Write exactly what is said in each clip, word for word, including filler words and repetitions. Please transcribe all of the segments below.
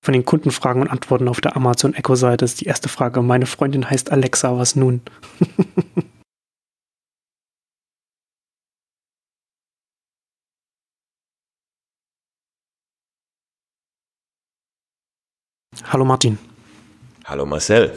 von den Kundenfragen und Antworten auf der Amazon Echo-Seite ist die erste Frage: Meine Freundin heißt Alexa, was nun? Hallo Martin. Hallo Marcel.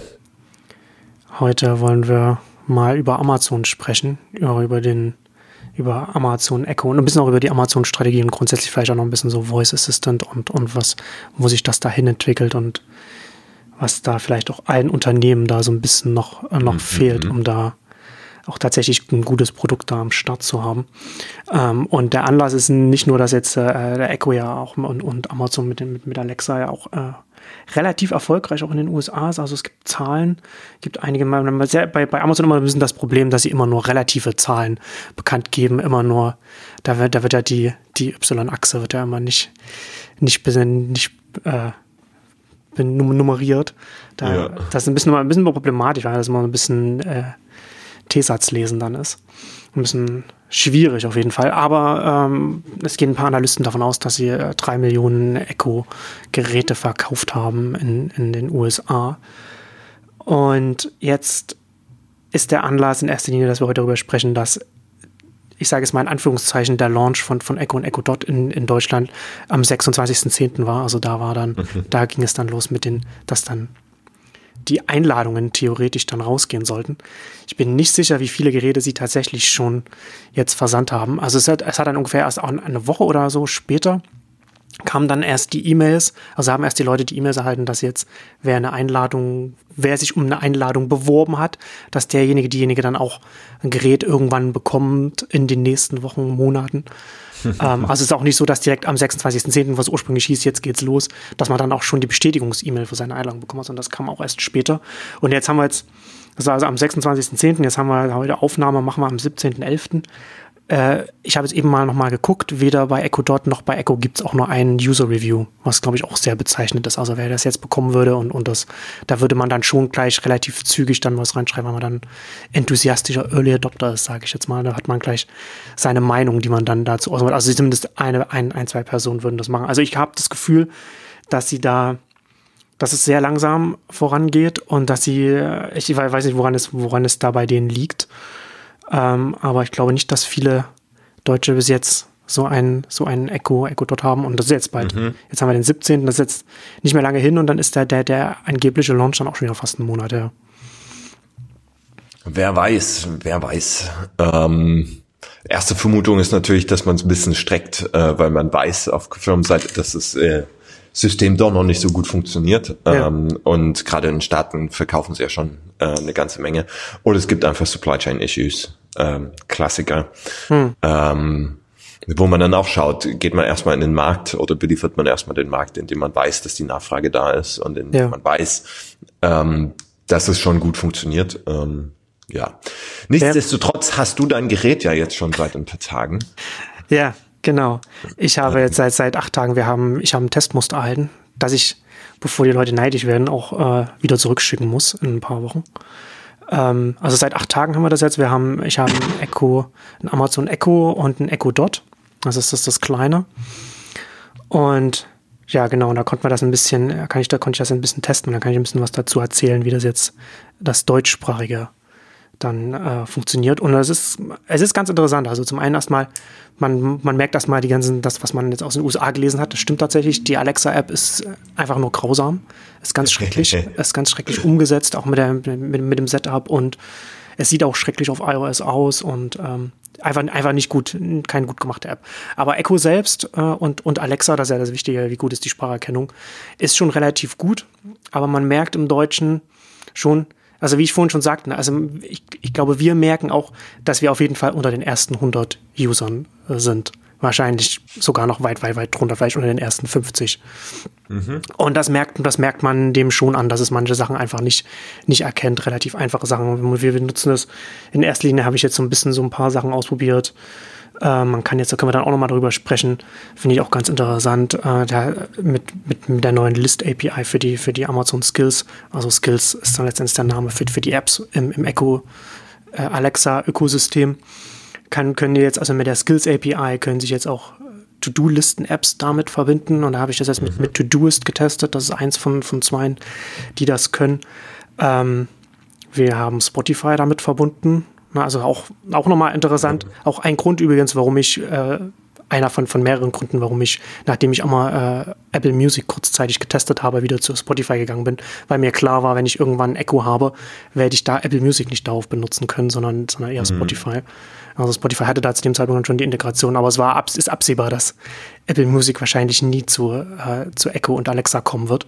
Heute wollen wir mal über Amazon sprechen, über, über den über Amazon Echo und ein bisschen auch über die Amazon-Strategie und grundsätzlich vielleicht auch noch ein bisschen so Voice Assistant und, und was, wo sich das dahin entwickelt und was da vielleicht auch allen Unternehmen da so ein bisschen noch, äh, noch mhm. fehlt, um da auch tatsächlich ein gutes Produkt da am Start zu haben. Ähm, und der Anlass ist nicht nur, dass jetzt äh, der Echo ja auch und, und Amazon mit, mit, mit Alexa ja auch äh, relativ erfolgreich auch in den U S A ist. Also es gibt Zahlen, gibt einige, bei, bei Amazon immer ein bisschen das Problem, dass sie immer nur relative Zahlen bekannt geben, immer nur, da wird, da wird ja die, die Y-Achse wird ja immer nicht, nicht, nicht äh, nummeriert. Da, ja. Das ist ein bisschen, ein bisschen problematisch, weil das immer ein bisschen äh, T-Satz-Lesen dann ist. Ein bisschen schwierig auf jeden Fall, aber ähm, es gehen ein paar Analysten davon aus, dass sie äh, drei Millionen Echo-Geräte verkauft haben in, in den U S A. Und jetzt ist der Anlass in erster Linie, dass wir heute darüber sprechen, dass, ich sage es mal in Anführungszeichen, der Launch von, von Echo und Echo Dot in, in Deutschland am sechsundzwanzigsten zehnten war. Also da war dann, mhm. da ging es dann los mit den, dass dann die Einladungen theoretisch dann rausgehen sollten. Ich bin nicht sicher, wie viele Geräte sie tatsächlich schon jetzt versandt haben. Also es hat, es hat dann ungefähr erst auch eine Woche oder so später kamen dann erst die E-Mails, also haben erst die Leute die E-Mails erhalten, dass jetzt wer eine Einladung, wer sich um eine Einladung beworben hat, dass derjenige, diejenige dann auch ein Gerät irgendwann bekommt in den nächsten Wochen, Monaten. ähm, also es ist auch nicht so, dass direkt am sechsundzwanzigsten zehnten, was ursprünglich hieß, jetzt geht's los, dass man dann auch schon die Bestätigungs-E-Mail für seine Einladung bekommen hat, sondern das kam auch erst später. Und jetzt haben wir jetzt, das war also am sechsundzwanzigsten zehnten, jetzt haben wir heute Aufnahme, machen wir am siebzehnten elften Äh, ich habe jetzt eben mal nochmal geguckt, weder bei Echo Dot noch bei Echo gibt es auch nur ein User-Review, was glaube ich auch sehr bezeichnet ist. Also wer das jetzt bekommen würde und, und das, da würde man dann schon gleich relativ zügig dann was reinschreiben, weil man dann enthusiastischer Early Adopter ist, sage ich jetzt mal. Da hat man gleich seine Meinung, die man dann dazu ausmacht. Also zumindest eine, ein, ein, zwei Personen würden das machen. Also ich habe das Gefühl, dass sie da, dass es sehr langsam vorangeht und dass sie, ich weiß nicht, woran es, woran es da bei denen liegt. Ähm, aber ich glaube nicht, dass viele Deutsche bis jetzt so einen so einen Echo, Echo Dot haben. Und das ist jetzt bald. Mhm. Jetzt haben wir den siebzehnten Das ist jetzt nicht mehr lange hin und dann ist der, der, der angebliche Launch dann auch schon wieder fast einen Monat her. Wer weiß, wer weiß. Ähm, erste Vermutung ist natürlich, dass man es ein bisschen streckt, äh, weil man weiß auf Firmenseite, dass das äh, System doch noch nicht so gut funktioniert. Ja. Ähm, und gerade in den Staaten verkaufen sie ja schon äh, eine ganze Menge. Oder es gibt einfach Supply Chain Issues. Ähm, Klassiker. Hm. Ähm, wo man dann auch schaut, geht man erstmal in den Markt oder beliefert man erstmal den Markt, indem man weiß, dass die Nachfrage da ist und indem ja. man weiß, ähm, dass es schon gut funktioniert. Ähm, ja. Nichtsdestotrotz hast du dein Gerät ja jetzt schon seit ein paar Tagen. Ja, genau. Ich habe jetzt seit seit acht Tagen, wir haben, ich habe ein Testmuster erhalten, dass ich, bevor die Leute neidisch werden, auch äh, wieder zurückschicken muss in ein paar Wochen. Ähm, also seit acht Tagen haben wir das jetzt. Wir haben, ich habe ein Echo, ein Amazon Echo und ein Echo Dot. Also das ist das Kleine. Und ja, genau, und da konnte man das ein bisschen, kann ich, da konnte ich das ein bisschen testen und dann kann ich ein bisschen was dazu erzählen, wie das jetzt das deutschsprachige dann äh, funktioniert. Und es ist, es ist ganz interessant. Also zum einen erstmal, man, man merkt erstmal die ganzen, das, was man jetzt aus den U S A gelesen hat, das stimmt tatsächlich. Die Alexa-App ist einfach nur grausam. Ist ganz schrecklich. Ist ganz schrecklich umgesetzt, auch mit, der, mit, mit dem Setup und es sieht auch schrecklich auf iOS aus und ähm, einfach, einfach nicht gut, keine gut gemachte App. Aber Echo selbst äh, und, und Alexa, das ist ja das Wichtige, wie gut ist die Spracherkennung, ist schon relativ gut. Aber man merkt im Deutschen schon, also wie ich vorhin schon sagte, also ich, ich glaube, wir merken auch, dass wir auf jeden Fall unter den ersten hundert Usern äh, sind. Wahrscheinlich sogar noch weit, weit, weit drunter, vielleicht unter den ersten fünfzig. Mhm. Und das merkt, das merkt man dem schon an, dass es manche Sachen einfach nicht, nicht erkennt, relativ einfache Sachen. Wir benutzen das, in erster Linie habe ich jetzt so ein bisschen so ein paar Sachen ausprobiert. Äh, man kann jetzt, da können wir dann auch nochmal drüber sprechen, finde ich auch ganz interessant, äh, der, mit, mit, mit der neuen List A P I für die, für die Amazon Skills. Also Skills ist dann letztendlich der Name für, für die Apps im, im Echo äh, Alexa Ökosystem. Kann, können die jetzt, also mit der Skills A P I können sich jetzt auch To-Do-Listen-Apps damit verbinden. Und da habe ich das jetzt mit, mit Todoist getestet. Das ist eins von, von zwei, die das können. Ähm, wir haben Spotify damit verbunden. Na, also auch, auch nochmal interessant. Mhm. Auch ein Grund übrigens, warum ich, äh, einer von, von mehreren Gründen, warum ich, nachdem ich auch mal äh, Apple Music kurzzeitig getestet habe, wieder zu Spotify gegangen bin, weil mir klar war, wenn ich irgendwann ein Echo habe, werde ich da Apple Music nicht darauf benutzen können, sondern, sondern eher mhm. Spotify. Also Spotify hatte da zu dem Zeitpunkt schon die Integration, aber es war abs- ist absehbar, dass Apple Music wahrscheinlich nie zu, äh, zu Echo und Alexa kommen wird.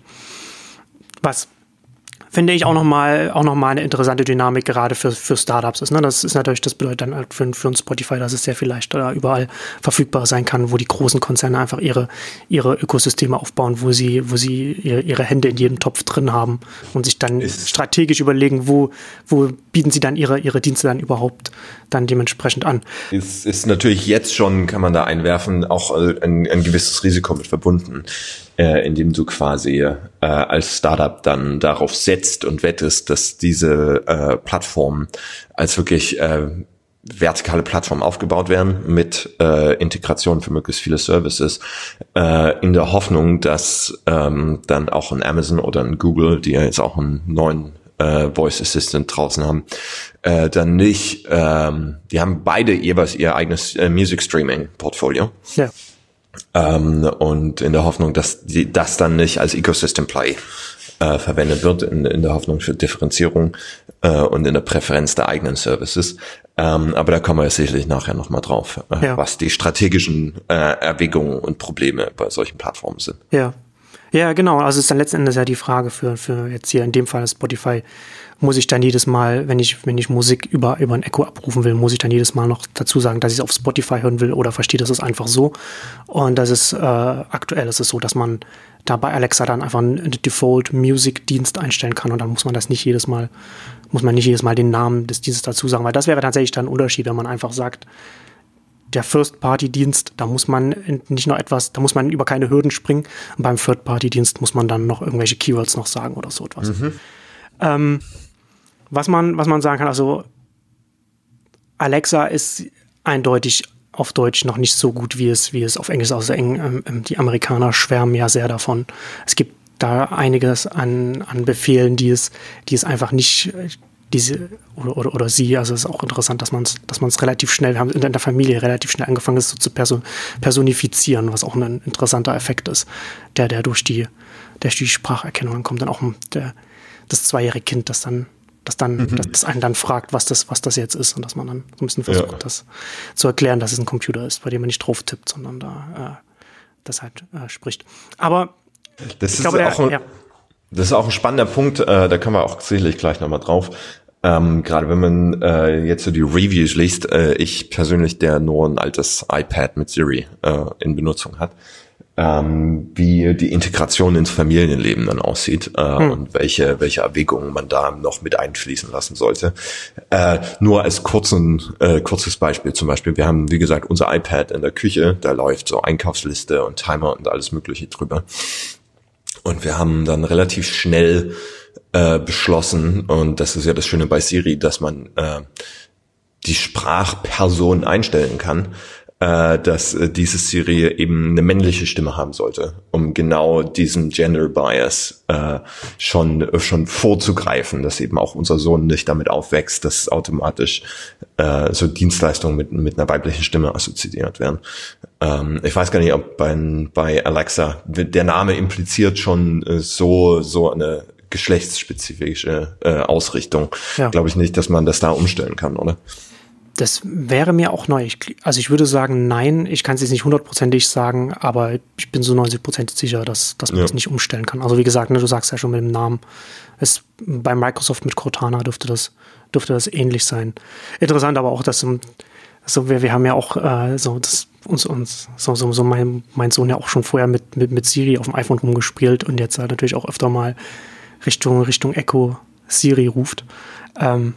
Was finde ich auch nochmal auch noch mal eine interessante Dynamik gerade für, für Startups ist. Ne? Das ist natürlich, das bedeutet dann halt für, für uns Spotify, dass es sehr viel leichter überall verfügbar sein kann, wo die großen Konzerne einfach ihre, ihre Ökosysteme aufbauen, wo sie, wo sie ihre, ihre Hände in jedem Topf drin haben und sich dann ist strategisch überlegen, wo, wo bieten sie dann ihre, ihre Dienste dann überhaupt dann dementsprechend an. Es ist natürlich jetzt schon, kann man da einwerfen, auch ein, ein gewisses Risiko mit verbunden, äh, indem du quasi äh, als Startup dann darauf setzt und wettest, dass diese äh, Plattformen als wirklich äh, vertikale Plattformen aufgebaut werden mit äh, Integration für möglichst viele Services, äh, in der Hoffnung, dass ähm, dann auch ein Amazon oder ein Google, die ja jetzt auch einen neuen äh, Voice Assistant draußen haben, äh, dann nicht, ähm, die haben beide jeweils ihr eigenes äh, Music Streaming Portfolio. Ja. Ähm, und in der Hoffnung, dass die, das dann nicht als Ecosystem Play äh, verwendet wird, in, in der Hoffnung für Differenzierung äh, und in der Präferenz der eigenen Services. Ähm, aber da kommen wir sicherlich nachher nochmal drauf, äh, ja. was die strategischen äh, Erwägungen und Probleme bei solchen Plattformen sind. Ja. Ja, genau. Also ist dann letzten Endes ja die Frage für, für jetzt hier in dem Fall Spotify, muss ich dann jedes Mal, wenn ich, wenn ich Musik über, über ein Echo abrufen will, muss ich dann jedes Mal noch dazu sagen, dass ich es auf Spotify hören will oder verstehe, das ist einfach so. Und das ist, äh, aktuell ist es so, dass man da bei Alexa dann einfach einen Default Music Dienst einstellen kann und dann muss man das nicht jedes Mal, muss man nicht jedes Mal den Namen des Dienstes dazu sagen, weil das wäre tatsächlich dann ein Unterschied, wenn man einfach sagt, der First-Party-Dienst, da muss man nicht noch etwas, da muss man über keine Hürden springen. Und beim Third-Party-Dienst muss man dann noch irgendwelche Keywords noch sagen oder so etwas. Mhm. Ähm, was man, was man sagen kann, also Alexa ist eindeutig auf Deutsch noch nicht so gut, wie es, wie es auf Englisch ist. Also ähm, die Amerikaner schwärmen ja sehr davon. Es gibt da einiges an, an Befehlen, die es, die es einfach nicht, diese, oder, oder, oder sie, also es ist auch interessant, dass man es dass man es relativ schnell, wir haben in der Familie relativ schnell angefangen, es so zu person, personifizieren, was auch ein interessanter Effekt ist, der, der durch die, der durch die Spracherkennung kommt, dann auch der, das zweijährige Kind, das dann, das dann, mhm. das, das einen dann fragt, was das, was das jetzt ist und dass man dann so ein bisschen versucht, ja. das zu erklären, dass es ein Computer ist, bei dem man nicht drauf tippt, sondern da äh, das halt äh, spricht. Aber das ich ist glaube, auch der, ein, ja. Das ist auch ein spannender Punkt, äh, da kommen wir auch sicherlich gleich nochmal drauf. Ähm, gerade wenn man äh, jetzt so die Reviews liest, äh, ich persönlich, der nur ein altes iPad mit Siri äh, in Benutzung hat, ähm, wie die Integration ins Familienleben dann aussieht äh, hm. und welche welche Erwägungen man da noch mit einfließen lassen sollte. Äh, nur als kurzen äh, kurzes Beispiel zum Beispiel, wir haben wie gesagt unser iPad in der Küche, da läuft so Einkaufsliste und Timer und alles mögliche drüber. Und wir haben dann relativ schnell äh, beschlossen, und das ist ja das Schöne bei Siri, dass man äh, die Sprachperson einstellen kann, äh, dass äh, diese Siri eben eine männliche Stimme haben sollte, um genau diesen Gender Bias äh, schon schon vorzugreifen, dass eben auch unser Sohn nicht damit aufwächst, dass automatisch äh, so Dienstleistungen mit mit einer weiblichen Stimme assoziiert werden. Ähm, ich weiß gar nicht, ob bei, bei Alexa der Name impliziert schon äh, so so eine geschlechtsspezifische äh, Ausrichtung. Ja. Glaube ich nicht, dass man das da umstellen kann, oder? Das wäre mir auch neu. Ich, also ich würde sagen, nein. Ich kann es jetzt nicht hundertprozentig sagen, aber ich bin so neunzig Prozent sicher, dass, dass man ja. das nicht umstellen kann. Also wie gesagt, ne, du sagst ja schon mit dem Namen. Es, bei Microsoft mit Cortana dürfte das, dürfte das ähnlich sein. Interessant aber auch, dass also wir, wir haben ja auch äh, so das uns uns so so, so mein, mein Sohn ja auch schon vorher mit, mit mit Siri auf dem iPhone rumgespielt und jetzt halt natürlich auch öfter mal Richtung Richtung Echo Siri ruft. Ähm,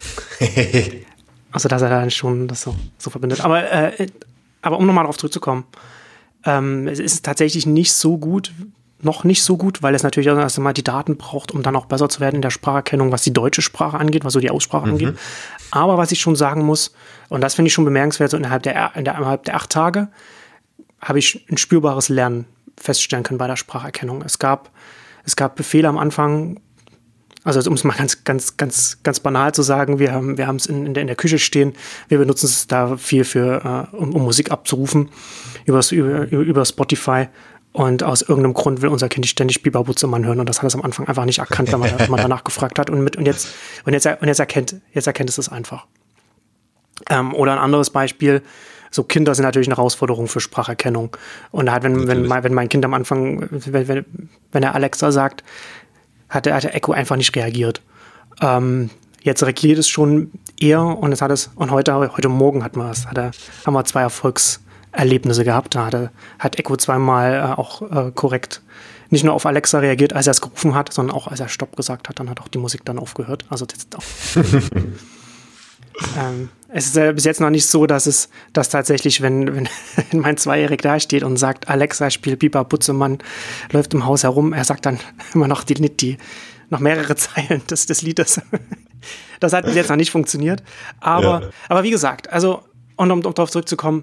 Also, dass er dann schon das so, so verbindet. Aber, äh, aber um nochmal darauf zurückzukommen, ähm, es ist tatsächlich nicht so gut, noch nicht so gut, weil es natürlich auch erst einmal die Daten braucht, um dann auch besser zu werden in der Spracherkennung, was die deutsche Sprache angeht, was so die Aussprache mhm. angeht. Aber was ich schon sagen muss, und das finde ich schon bemerkenswert, so innerhalb der, innerhalb der acht Tage, habe ich ein spürbares Lernen feststellen können bei der Spracherkennung. Es gab, es gab Befehle am Anfang, also um es mal ganz, ganz, ganz, ganz banal zu sagen, wir haben, wir haben es in, in, der, in der Küche stehen, wir benutzen es da viel für, uh, um, um Musik abzurufen, übers, über, über Spotify. Und aus irgendeinem Grund will unser Kind ständig Biber Butzemann hören und das hat es am Anfang einfach nicht erkannt, wenn man, wenn man danach gefragt hat. Und, mit, und, jetzt, und, jetzt, und jetzt, erkennt, jetzt erkennt es das einfach. Ähm, oder ein anderes Beispiel, so Kinder sind natürlich eine Herausforderung für Spracherkennung. Und halt, wenn, wenn, wenn mein Kind am Anfang, wenn, wenn, wenn er Alexa sagt, hat der, hat der Echo einfach nicht reagiert. Ähm, jetzt reagiert es schon eher und es hat es, und heute, heute Morgen hatten wir es, hat er, haben wir zwei Erfolgserlebnisse gehabt. Da hat, er, hat Echo zweimal äh, auch äh, korrekt nicht nur auf Alexa reagiert, als er es gerufen hat, sondern auch als er Stopp gesagt hat, dann hat auch die Musik dann aufgehört. Also jetzt auch. ähm, es ist äh, bis jetzt noch nicht so, dass es, dass tatsächlich, wenn, wenn, wenn mein Zweijähriger da steht und sagt, Alexa, spiel Biber Butzemann, läuft im Haus herum, er sagt dann immer noch die, die noch mehrere Zeilen des, des Liedes. Das hat bis jetzt noch nicht funktioniert. Aber, ja. aber wie gesagt, also, und um, um darauf zurückzukommen,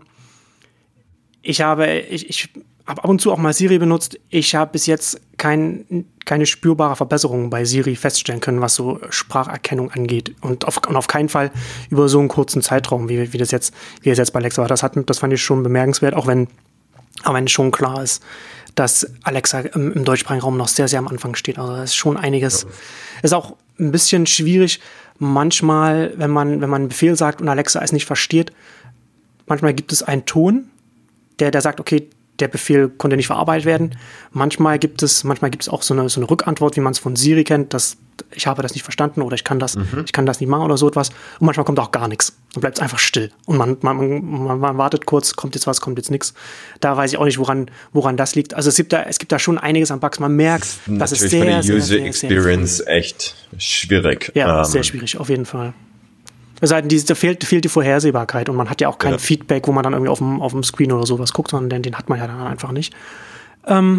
ich habe, ich, ich habe ab und zu auch mal Siri benutzt. Ich habe bis jetzt kein, keine spürbare Verbesserung bei Siri feststellen können, was so Spracherkennung angeht. Und auf, und auf keinen Fall über so einen kurzen Zeitraum, wie, wie das jetzt, wie das jetzt bei Alexa war. Das hat, das fand ich schon bemerkenswert, auch wenn, auch wenn schon klar ist, dass Alexa im, im deutschsprachigen Raum noch sehr, sehr am Anfang steht. Also das ist schon einiges. Ja. Ist auch ein bisschen schwierig, manchmal, wenn man, wenn man einen Befehl sagt und Alexa es nicht versteht, manchmal gibt es einen Ton, der, der sagt, okay, der Befehl konnte nicht verarbeitet werden. Manchmal gibt es, manchmal gibt es auch so eine, so eine Rückantwort, wie man es von Siri kennt, dass ich habe das nicht verstanden oder ich kann das, mhm. ich kann das nicht machen oder so etwas. Und manchmal kommt auch gar nichts. Dann bleibt es einfach still. Und man, man, man, man wartet kurz, kommt jetzt was, kommt jetzt nichts. Da weiß ich auch nicht, woran, woran das liegt. Also es gibt da, es gibt da schon einiges an Bugs. Man merkt, das ist sehr, für die sehr, User sehr, Experience sehr echt schwierig. Ja, ähm. sehr schwierig, auf jeden Fall. Es sei denn, da fehlt, fehlt die Vorhersehbarkeit und man hat ja auch kein ja. Feedback, wo man dann irgendwie auf dem, auf dem Screen oder sowas guckt, sondern den, den hat man ja dann einfach nicht. Ähm,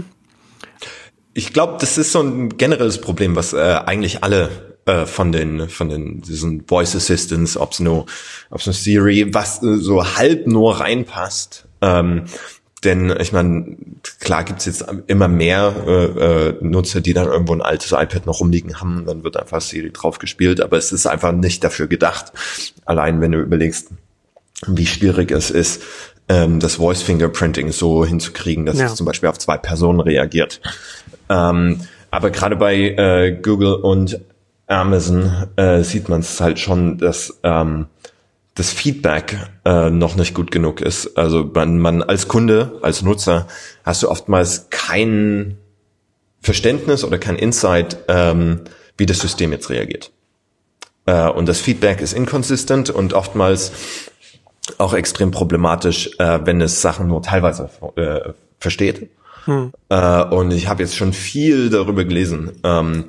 ich glaube, das ist so ein generelles Problem, was äh, eigentlich alle äh, von den von den diesen Voice Assistants, ob's nur ob's nur Siri, was äh, so halb nur reinpasst. Ähm, denn ich meine, klar gibt's jetzt immer mehr äh, äh, Nutzer, die dann irgendwo ein altes iPad noch rumliegen haben, dann wird einfach Siri drauf gespielt, aber es ist einfach nicht dafür gedacht. Allein wenn du überlegst, wie schwierig es ist, ähm, das Voice Fingerprinting so hinzukriegen, dass ja. es zum Beispiel auf zwei Personen reagiert. Ähm, aber gerade bei äh, Google und Amazon äh, sieht man es halt schon, dass ähm, das Feedback äh, noch nicht gut genug ist. Also man, man als Kunde, als Nutzer hast du oftmals kein Verständnis oder kein Insight, ähm, wie das System jetzt reagiert. Äh, und das Feedback ist inconsistent und oftmals auch extrem problematisch, äh, wenn es Sachen nur teilweise äh, versteht. Hm. Äh, und ich habe jetzt schon viel darüber gelesen, ähm,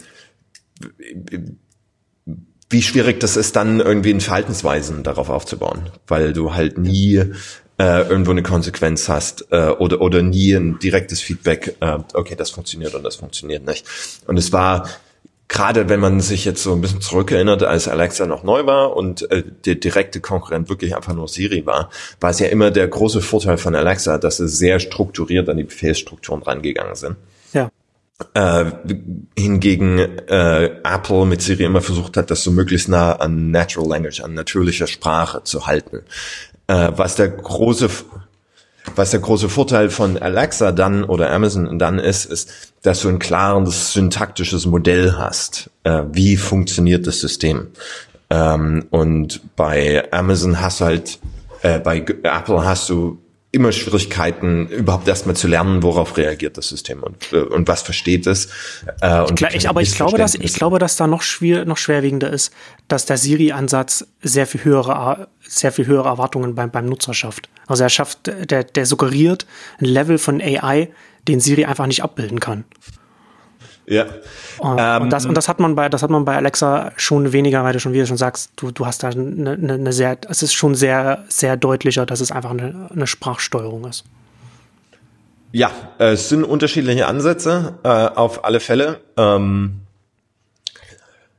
wie schwierig das ist, dann irgendwie in Verhaltensweisen darauf aufzubauen, weil du halt nie äh, irgendwo eine Konsequenz hast äh, oder oder nie ein direktes Feedback, äh, okay, das funktioniert und das funktioniert nicht. Und es war, gerade wenn man sich jetzt so ein bisschen zurückerinnert, als Alexa noch neu war und äh, der direkte Konkurrent wirklich einfach nur Siri war, war es ja immer der große Vorteil von Alexa, dass sie sehr strukturiert an die Befehlsstrukturen rangegangen sind. Ja. Äh, hingegen äh, Apple mit Siri immer versucht hat, das so möglichst nah an Natural Language, an natürlicher Sprache zu halten. Äh, was der große was der große Vorteil von Alexa dann oder Amazon dann ist, ist, dass du ein klares syntaktisches Modell hast. Äh, wie funktioniert das System? Ähm, und bei Amazon hast du halt, äh, bei Apple hast du immer Schwierigkeiten, überhaupt erstmal zu lernen, worauf reagiert das System und, und was versteht es. Äh, und ich, ich, aber ich glaube, dass, ich glaube, dass da noch schwer, noch schwerwiegender ist, dass der Siri-Ansatz sehr viel höhere, sehr viel höhere Erwartungen beim, beim Nutzer schafft. Also er schafft, der, der suggeriert ein Level von A I, den Siri einfach nicht abbilden kann. Ja. Und, ähm, und, das, und das hat man bei, das hat man bei Alexa schon weniger, weil du schon, wie du schon sagst, du, du hast da eine, eine, eine sehr, es ist schon sehr, sehr deutlicher, dass es einfach eine, eine Sprachsteuerung ist. Ja, es sind unterschiedliche Ansätze, äh, auf alle Fälle. Ähm,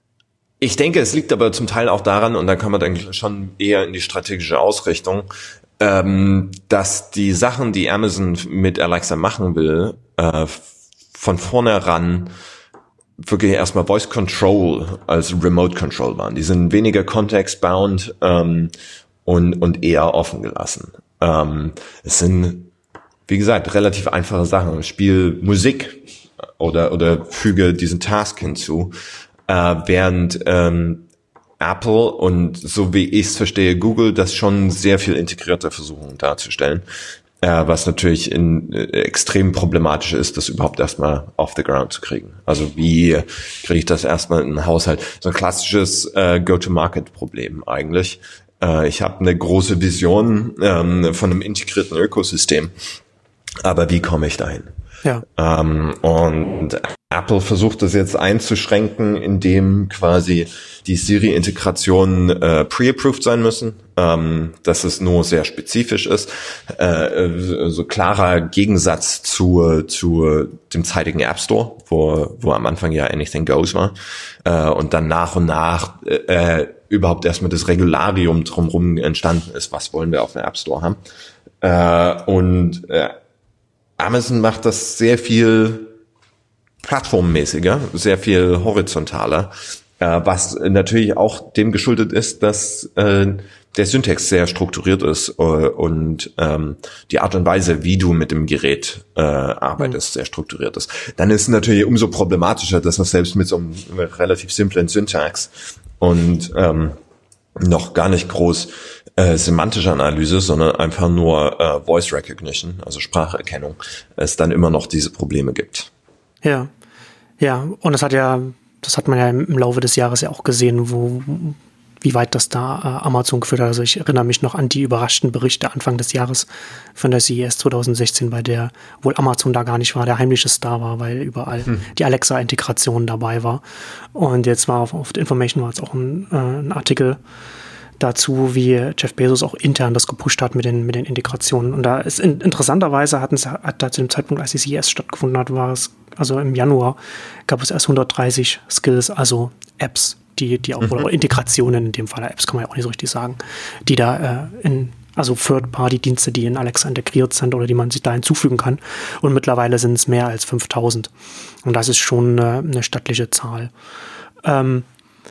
ich denke, es liegt aber zum Teil auch daran, und da kann man dann schon eher in die strategische Ausrichtung, ähm, dass die Sachen, die Amazon mit Alexa machen will, äh, von vornherein wirklich erstmal Voice Control als Remote Control waren. Die sind weniger context-bound ähm, und, und eher offen gelassen. Ähm, es sind, wie gesagt, relativ einfache Sachen. Spiel Musik oder oder füge diesen Task hinzu, äh, während ähm, Apple und so wie ich es verstehe, Google das schon sehr viel integrierter versuchen darzustellen. Äh, was natürlich in, äh, extrem problematisch ist, das überhaupt erstmal off the ground zu kriegen. Also wie kriege ich das erstmal in den Haushalt? So ein klassisches äh, Go-to-Market-Problem eigentlich. Äh, ich habe eine große Vision ähm, von einem integrierten Ökosystem, aber wie komme ich dahin? Ja. Ähm, und Apple versucht das jetzt einzuschränken, indem quasi die Siri-Integrationen äh, pre-approved sein müssen, ähm, dass es nur sehr spezifisch ist. Äh, so klarer Gegensatz zu zu dem zeitigen App Store, wo wo am Anfang ja Anything Goes war, äh, und dann nach und nach äh, überhaupt erstmal das Regularium drumherum entstanden ist. Was wollen wir auf dem App Store haben? Äh, und äh, Amazon macht das sehr viel plattformmäßiger, sehr viel horizontaler, äh, was natürlich auch dem geschuldet ist, dass äh, der Syntax sehr strukturiert ist äh, und ähm, die Art und Weise, wie du mit dem Gerät äh, arbeitest, mhm. sehr strukturiert ist. Dann ist es natürlich umso problematischer, dass man selbst mit so einem relativ simplen Syntax und ähm, noch gar nicht groß äh, semantische Analyse, sondern einfach nur äh, Voice Recognition, also Spracherkennung, es dann immer noch diese Probleme gibt. Ja, ja, und das hat ja, das hat man ja im Laufe des Jahres ja auch gesehen, wo, wie weit das da äh, Amazon geführt hat. Also ich erinnere mich noch an die überraschten Berichte Anfang des Jahres von der C E S zwanzig sechzehn, bei der wohl Amazon da gar nicht war, der heimliche Star war, weil überall hm. die Alexa-Integration dabei war. Und jetzt war auf, auf The Information war jetzt auch ein, äh, ein Artikel dazu, wie Jeff Bezos auch intern das gepusht hat mit den, mit den Integrationen. Und da ist in, interessanterweise hatten es, hat da zu dem Zeitpunkt, als die C E S stattgefunden hat, war es, also im Januar, gab es erst hundertdreißig Skills, also Apps, die, die auch, mhm. oder Integrationen in dem Fall, Apps kann man ja auch nicht so richtig sagen, die da äh, in, also Third-Party-Dienste, die in Alexa integriert sind oder die man sich da hinzufügen kann. Und mittlerweile sind es mehr als fünftausend. Und das ist schon eine, eine stattliche Zahl. Ähm,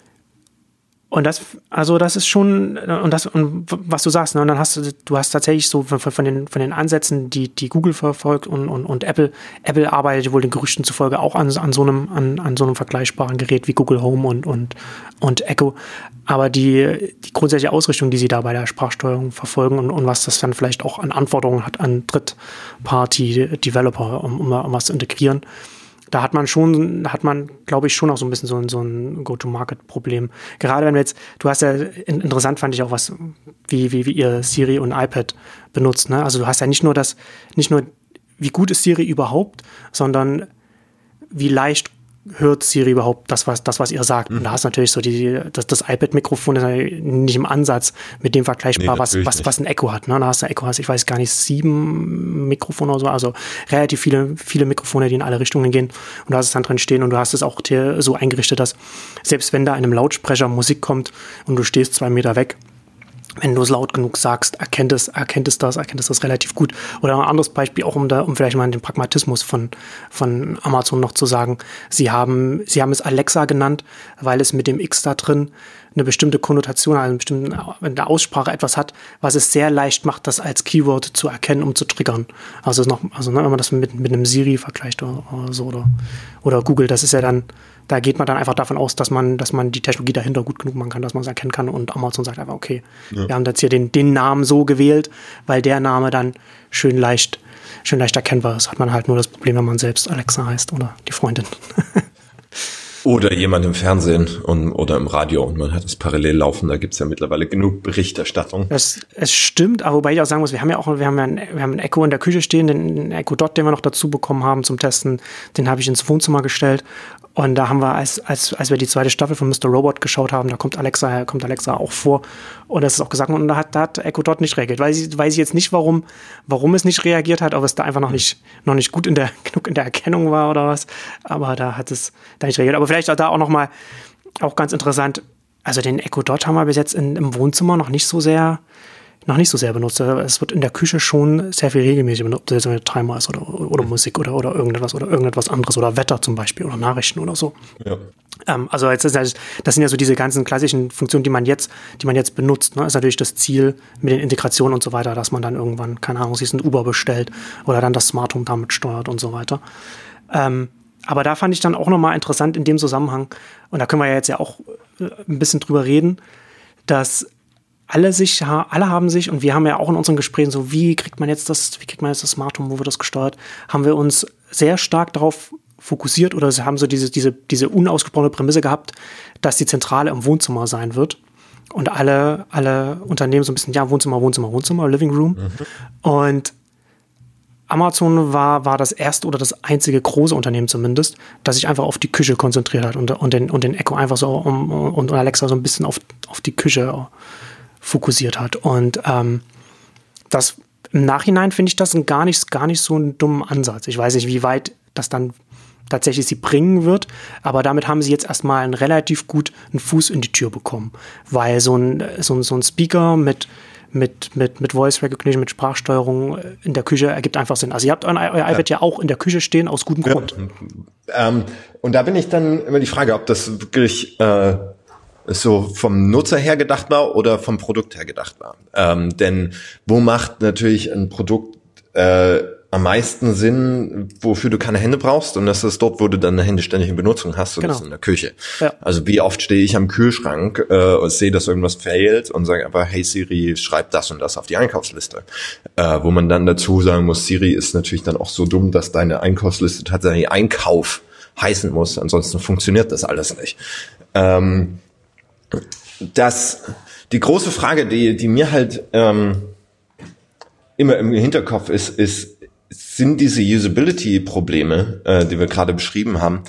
Und das, also das ist schon, und das, und was du sagst, ne, und dann hast du, du hast tatsächlich so von, von den, von den Ansätzen, die, die Google verfolgt und, und, und Apple, Apple arbeitet wohl den Gerüchten zufolge auch an, an so einem, an, an so einem vergleichbaren Gerät wie Google Home und, und, und Echo. Aber die, die grundsätzliche Ausrichtung, die sie da bei der Sprachsteuerung verfolgen und, und was das dann vielleicht auch an Anforderungen hat an Drittparty-Developer, um, um, um was zu integrieren, da hat man schon, hat man, glaube ich, schon auch so ein bisschen so ein, so ein Go-to-Market-Problem. Gerade wenn wir jetzt, du hast ja, interessant fand ich auch was, wie, wie, wie ihr Siri und iPad benutzt, ne? Also du hast ja nicht nur das, nicht nur, wie gut ist Siri überhaupt, sondern wie leicht hört Siri überhaupt das, was, das, was ihr sagt. Mhm. Und da hast du natürlich so die, das, das iPad-Mikrofon ist nicht im Ansatz mit dem vergleichbar, nee, was, was, was ein Echo hat. Ne? Da hast du Echo, hast, ich weiß gar nicht, sieben Mikrofone oder so, also relativ viele, viele Mikrofone, die in alle Richtungen gehen. Und da hast es dann drin stehen und du hast es auch dir so eingerichtet, dass selbst wenn da in einem Lautsprecher Musik kommt und du stehst zwei Meter weg, wenn du es laut genug sagst, erkennt es, erkennt es das, erkennt es das relativ gut. Oder ein anderes Beispiel, auch um da, um vielleicht mal den Pragmatismus von, von Amazon noch zu sagen. Sie haben, sie haben es Alexa genannt, weil es mit dem X da drin eine bestimmte Konnotation, also eine bestimmte eine Aussprache etwas hat, was es sehr leicht macht, das als Keyword zu erkennen, um zu triggern. Also noch, also ne, wenn man das mit, mit einem Siri vergleicht oder, oder so oder, oder Google, das ist ja dann, da geht man dann einfach davon aus, dass man, dass man die Technologie dahinter gut genug machen kann, dass man es erkennen kann und Amazon sagt einfach, okay, ja. wir haben jetzt hier den, den Namen so gewählt, weil der Name dann schön leicht, schön leicht erkennbar ist. Hat man halt nur das Problem, wenn man selbst Alexa heißt oder die Freundin. Oder jemand im Fernsehen und, oder im Radio und man hat es parallel laufen, da gibt's ja mittlerweile genug Berichterstattung. Es, es stimmt, aber wobei ich auch sagen muss, wir haben ja auch wir haben ja ein, wir haben ein Echo in der Küche stehen, den Echo Dot, den wir noch dazu bekommen haben zum Testen, den habe ich ins Wohnzimmer gestellt. Und da haben wir, als, als, als wir die zweite Staffel von Mister Robot geschaut haben, da kommt Alexa, kommt Alexa auch vor. Und das ist auch gesagt, und da hat, da hat Echo Dot nicht reagiert. Weiß ich, weiß ich jetzt nicht, warum, warum es nicht reagiert hat, ob es da einfach noch nicht, noch nicht gut in der, genug in der Erkennung war oder was. Aber da hat es da nicht reagiert. Aber vielleicht auch da auch nochmal, auch ganz interessant, also den Echo Dot haben wir bis jetzt in, im Wohnzimmer noch nicht so sehr noch nicht so sehr benutzt. Es wird in der Küche schon sehr viel regelmäßig benutzt, ob das jetzt ein Timer ist oder, oder Musik oder, oder irgendetwas oder irgendetwas anderes oder Wetter zum Beispiel oder Nachrichten oder so. Ja. Ähm, also jetzt ist das, das sind ja so diese ganzen klassischen Funktionen, die man jetzt, die man jetzt benutzt. Ne? Ist natürlich das Ziel mit den Integrationen und so weiter, dass man dann irgendwann, keine Ahnung, sich ein Uber bestellt oder dann das Smart Home damit steuert und so weiter. Ähm, aber da fand ich dann auch nochmal interessant in dem Zusammenhang, und da können wir ja jetzt ja auch ein bisschen drüber reden, dass alle sich, alle haben sich, und wir haben ja auch in unseren Gesprächen so, wie kriegt man jetzt das, wie kriegt man jetzt das Smart Home, wo wird das gesteuert, haben wir uns sehr stark darauf fokussiert oder haben so diese, diese, diese unausgesprochene Prämisse gehabt, dass die Zentrale im Wohnzimmer sein wird und alle, alle Unternehmen so ein bisschen, ja, Wohnzimmer, Wohnzimmer, Wohnzimmer, Living Room. Mhm. Und Amazon war, war das erste oder das einzige große Unternehmen zumindest, das sich einfach auf die Küche konzentriert hat und, und, den, und den Echo einfach so um, und Alexa so ein bisschen auf, auf die Küche fokussiert hat. Und ähm, das im Nachhinein finde ich das ein gar nicht, gar nicht so einen dummen Ansatz. Ich weiß nicht, wie weit das dann tatsächlich sie bringen wird, aber damit haben sie jetzt erstmal einen relativ gut einen Fuß in die Tür bekommen, weil so ein, so ein, so ein Speaker mit mit, mit, mit Voice Recognition, mit Sprachsteuerung in der Küche ergibt einfach Sinn. Also ihr habt euer, euer ja. iPad ja auch in der Küche stehen, aus gutem ja. Grund. Ähm, und da bin ich dann immer die Frage, ob das wirklich äh, so vom Nutzer her gedacht war oder vom Produkt her gedacht war. Ähm, denn wo macht natürlich ein Produkt äh, am meisten Sinn, wofür du keine Hände brauchst, und das ist dort, wo du deine Hände ständig in Benutzung hast, und genau. das ist in der Küche. Ja. Also wie oft stehe ich am Kühlschrank äh, und sehe, dass irgendwas fehlt und sage einfach, hey Siri, schreib das und das auf die Einkaufsliste. Äh, wo man dann dazu sagen muss, Siri ist natürlich dann auch so dumm, dass deine Einkaufsliste tatsächlich Einkauf heißen muss, ansonsten funktioniert das alles nicht. Ähm, das, die große Frage, die, die mir halt ähm, immer im Hinterkopf ist, ist, sind diese Usability-Probleme, äh, die wir gerade beschrieben haben,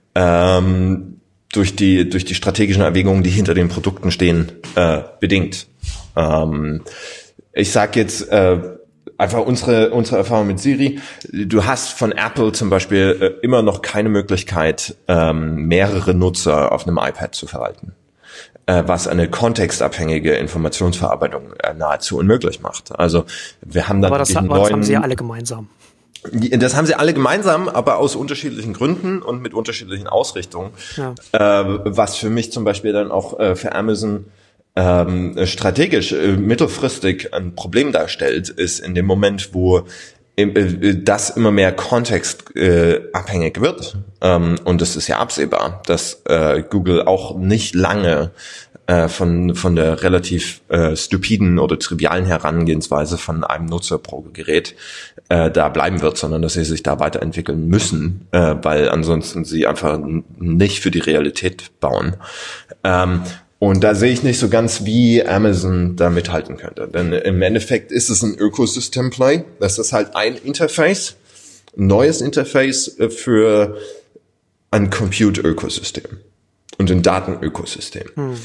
ähm, durch die durch die strategischen Erwägungen, die hinter den Produkten stehen, äh, bedingt. Ähm, ich sag jetzt äh, einfach unsere unsere Erfahrung mit Siri. Du hast von Apple zum Beispiel äh, immer noch keine Möglichkeit, ähm, mehrere Nutzer auf einem iPad zu verwalten, äh, was eine kontextabhängige Informationsverarbeitung äh, nahezu unmöglich macht. Also wir haben dann aber das, einen aber neuen, das haben sie ja alle gemeinsam. Das haben sie alle gemeinsam, aber aus unterschiedlichen Gründen und mit unterschiedlichen Ausrichtungen. Ja. Äh, was für mich zum Beispiel dann auch äh, für Amazon ähm, strategisch äh, mittelfristig ein Problem darstellt, ist in dem Moment, wo äh, das immer mehr kontextabhängig äh, wird. Ähm, und es ist ja absehbar, dass äh, Google auch nicht lange äh, von von der relativ äh, stupiden oder trivialen Herangehensweise von einem Nutzer pro Gerät äh, da bleiben wird, sondern dass sie sich da weiterentwickeln müssen, äh, weil ansonsten sie einfach n- nicht für die Realität bauen. Ähm, und da sehe ich nicht so ganz, wie Amazon da mithalten könnte. Denn im Endeffekt ist es ein Ökosystem-Play. Das ist halt ein Interface, ein neues Interface für ein Compute-Ökosystem und ein Datenökosystem. Hm.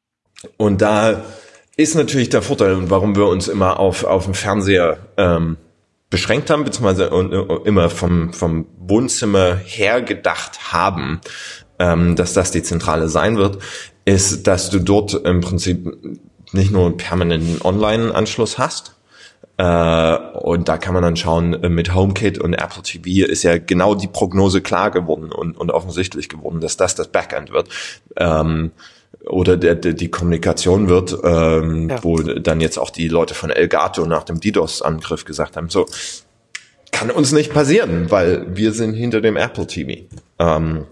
Und da ist natürlich der Vorteil, und warum wir uns immer auf auf den Fernseher ähm, beschränkt haben, beziehungsweise immer vom vom Wohnzimmer her gedacht haben, ähm, dass das die Zentrale sein wird, ist, dass du dort im Prinzip nicht nur einen permanenten Online-Anschluss hast, äh, und da kann man dann schauen, mit HomeKit und Apple T V ist ja genau die Prognose klar geworden und, und offensichtlich geworden, dass das das Backend wird. Ähm, oder der, der, die Kommunikation wird, ähm, ja. wo dann jetzt auch die Leute von Elgato nach dem DDoS-Angriff gesagt haben, so, kann uns nicht passieren, weil wir sind hinter dem Apple T V. Ähm,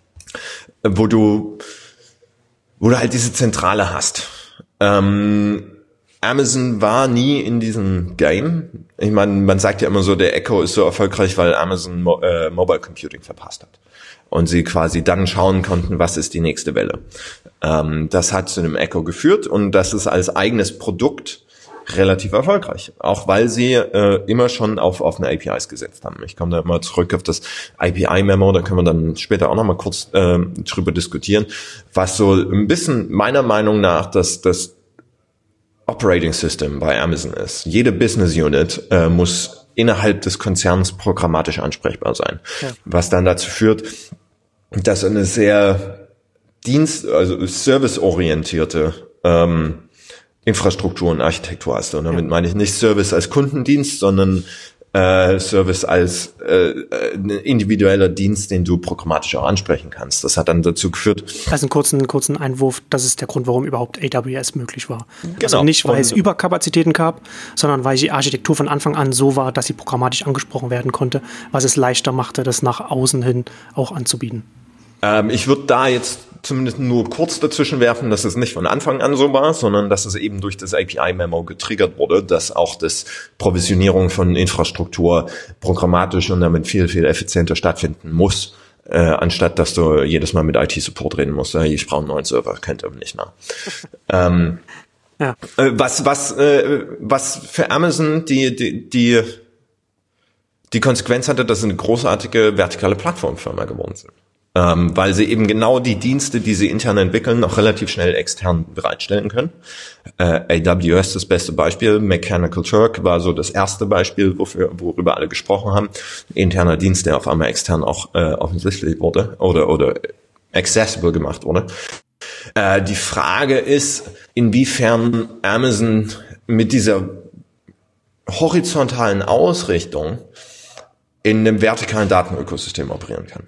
wo du, wo du halt diese Zentrale hast. Ähm, Amazon war nie in diesem Game. Ich meine, man sagt ja immer so, der Echo ist so erfolgreich, weil Amazon Mo- äh, Mobile Computing verpasst hat. Und sie quasi dann schauen konnten, was ist die nächste Welle. Ähm, das hat zu einem Echo geführt, und das ist als eigenes Produkt relativ erfolgreich. Auch weil sie äh, immer schon auf offene A P Is gesetzt haben. Ich komme da immer zurück auf das I P I-Memo, da können wir dann später auch nochmal kurz äh, drüber diskutieren, was so ein bisschen meiner Meinung nach das, das Operating System bei Amazon ist. Jede Business Unit äh, muss innerhalb des Konzerns programmatisch ansprechbar sein. Ja. Was dann dazu führt, dass eine sehr dienst-, also serviceorientierte ähm, Infrastruktur und Architektur hast. Und damit ja. meine ich nicht Service als Kundendienst, sondern äh, Service als äh, ein individueller Dienst, den du programmatisch auch ansprechen kannst. Das hat dann dazu geführt. Also einen kurzen, kurzen Einwurf, das ist der Grund, warum überhaupt A W S möglich war. Genau. Also nicht, weil und es Überkapazitäten gab, sondern weil die Architektur von Anfang an so war, dass sie programmatisch angesprochen werden konnte, was es leichter machte, das nach außen hin auch anzubieten. Ähm, ich würde da jetzt zumindest nur kurz dazwischen werfen, dass es nicht von Anfang an so war, sondern dass es eben durch das A P I-Memo getriggert wurde, dass auch das Provisionierung von Infrastruktur programmatisch und damit viel, viel effizienter stattfinden muss, äh, anstatt dass du jedes Mal mit I T-Support reden musst. Ich brauche einen neuen Server, kennt ihr nicht mehr. ähm, ja. äh, was, was, äh, was für Amazon die, die, die, die Konsequenz hatte, dass sie eine großartige vertikale Plattformfirma geworden sind. Ähm, weil sie eben genau die Dienste, die sie intern entwickeln, auch relativ schnell extern bereitstellen können. Äh, A W S das beste Beispiel, Mechanical Turk war so das erste Beispiel, wofür, worüber alle gesprochen haben. Interner Dienst, der auf einmal extern auch äh, offensichtlich wurde oder oder accessible gemacht wurde. Äh, die Frage ist, inwiefern Amazon mit dieser horizontalen Ausrichtung in einem vertikalen Datenökosystem operieren kann.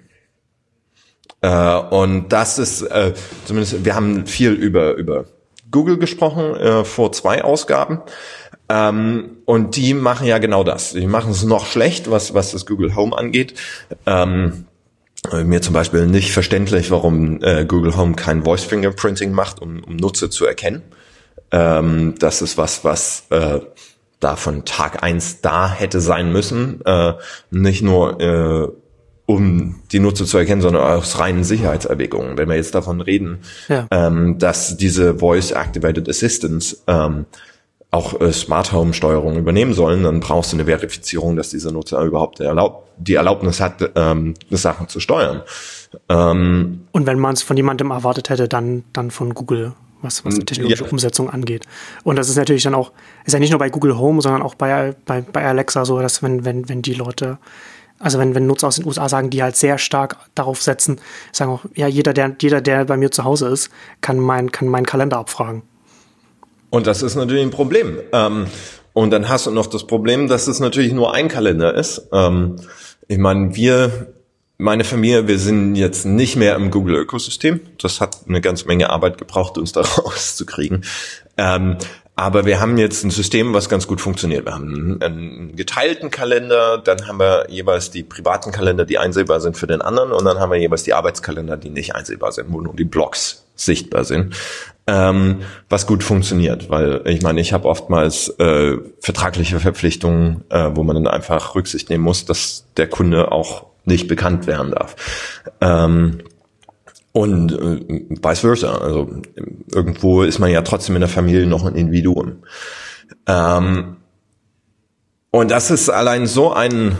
Uh, und das ist uh, zumindest, wir haben viel über über Google gesprochen uh, vor zwei Ausgaben um, und die machen ja genau das. Die machen es noch schlecht, was was das Google Home angeht. Um, mir zum Beispiel nicht verständlich, warum uh, Google Home kein Voice Fingerprinting macht, um, um Nutzer zu erkennen. Um, das ist was was uh, da von Tag eins da hätte sein müssen, uh, nicht nur uh, um die Nutzer zu erkennen, sondern aus reinen Sicherheitserwägungen. Wenn wir jetzt davon reden, ja. ähm, dass diese Voice-Activated Assistants ähm, auch äh, Smart Home-Steuerung übernehmen sollen, dann brauchst du eine Verifizierung, dass dieser Nutzer überhaupt erlaub- die Erlaubnis hat, ähm, Sachen zu steuern. Ähm, Und wenn man es von jemandem erwartet hätte, dann dann von Google, was, was die technologische ja. Umsetzung angeht. Und das ist natürlich dann auch, ist ja nicht nur bei Google Home, sondern auch bei, bei, bei Alexa so, dass wenn, wenn, wenn die Leute Also wenn, wenn Nutzer aus den U S A sagen, die halt sehr stark darauf setzen, sagen auch, ja, jeder, der, jeder, der bei mir zu Hause ist, kann mein, kann meinen Kalender abfragen. Und das ist natürlich ein Problem. Ähm, und dann hast du noch das Problem, dass es natürlich nur ein Kalender ist. Ähm, ich meine, wir, meine Familie, wir sind jetzt nicht mehr im Google-Ökosystem. Das hat eine ganze Menge Arbeit gebraucht, uns da rauszukriegen. Ähm, Aber wir haben jetzt ein System, was ganz gut funktioniert. Wir haben einen geteilten Kalender, dann haben wir jeweils die privaten Kalender, die einsehbar sind für den anderen, und dann haben wir jeweils die Arbeitskalender, die nicht einsehbar sind, wo nur die Blocks sichtbar sind. Ähm, was gut funktioniert, weil ich meine, ich habe oftmals äh, vertragliche Verpflichtungen, äh, wo man dann einfach Rücksicht nehmen muss, dass der Kunde auch nicht bekannt werden darf. Ähm, Und äh, vice versa. Also irgendwo ist man ja trotzdem in der Familie noch ein Individuum. Ähm, und das ist allein so ein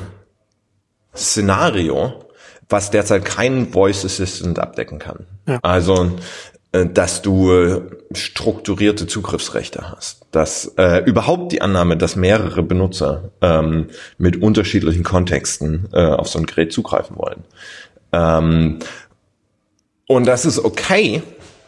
Szenario, was derzeit kein Voice Assistant abdecken kann. Ja. Also, äh, dass du äh, strukturierte Zugriffsrechte hast. Dass äh, überhaupt die Annahme, dass mehrere Benutzer ähm, mit unterschiedlichen Kontexten äh, auf so ein Gerät zugreifen wollen. Ähm, Und das ist okay,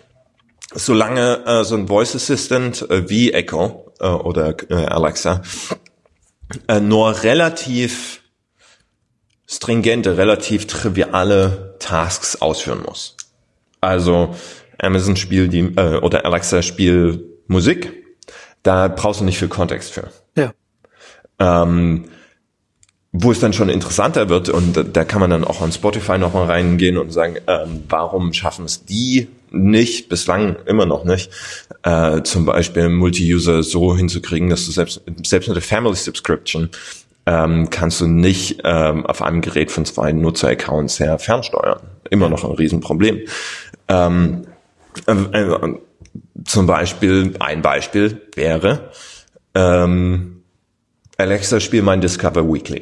solange äh, so ein Voice Assistant äh, wie Echo äh, oder äh, Alexa äh, nur relativ stringente, relativ triviale Tasks ausführen muss. Also Amazon spielt die äh, oder Alexa spielt Musik, da brauchst du nicht viel Kontext für. Ja. Ähm, Wo es dann schon interessanter wird, und da, da kann man dann auch an Spotify nochmal reingehen und sagen, ähm, warum schaffen es die nicht, bislang immer noch nicht, äh, zum Beispiel Multi-User so hinzukriegen, dass du selbst, selbst mit der Family Subscription ähm, kannst du nicht ähm, auf einem Gerät von zwei Nutzer-Accounts her fernsteuern. Immer noch ein Riesenproblem. Ähm, äh, äh, zum Beispiel, ein Beispiel wäre, ähm, Alexa, spiel mein Discover Weekly.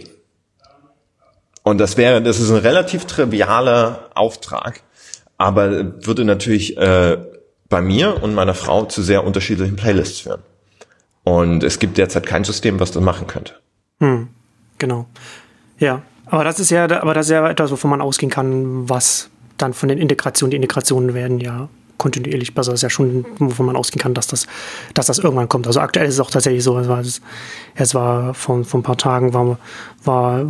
Und das wäre, das ist ein relativ trivialer Auftrag, aber würde natürlich äh, bei mir und meiner Frau zu sehr unterschiedlichen Playlists führen. Und es gibt derzeit kein System, was das machen könnte. Hm, genau. Ja, aber das ist ja, aber das ist ja etwas, wovon man ausgehen kann, was dann von den Integrationen, die Integrationen werden ja kontinuierlich besser. Das ist ja schon, wovon man ausgehen kann, dass das, dass das irgendwann kommt. Also aktuell ist es auch tatsächlich so. Es war, es war vor, vor ein paar Tagen war, war,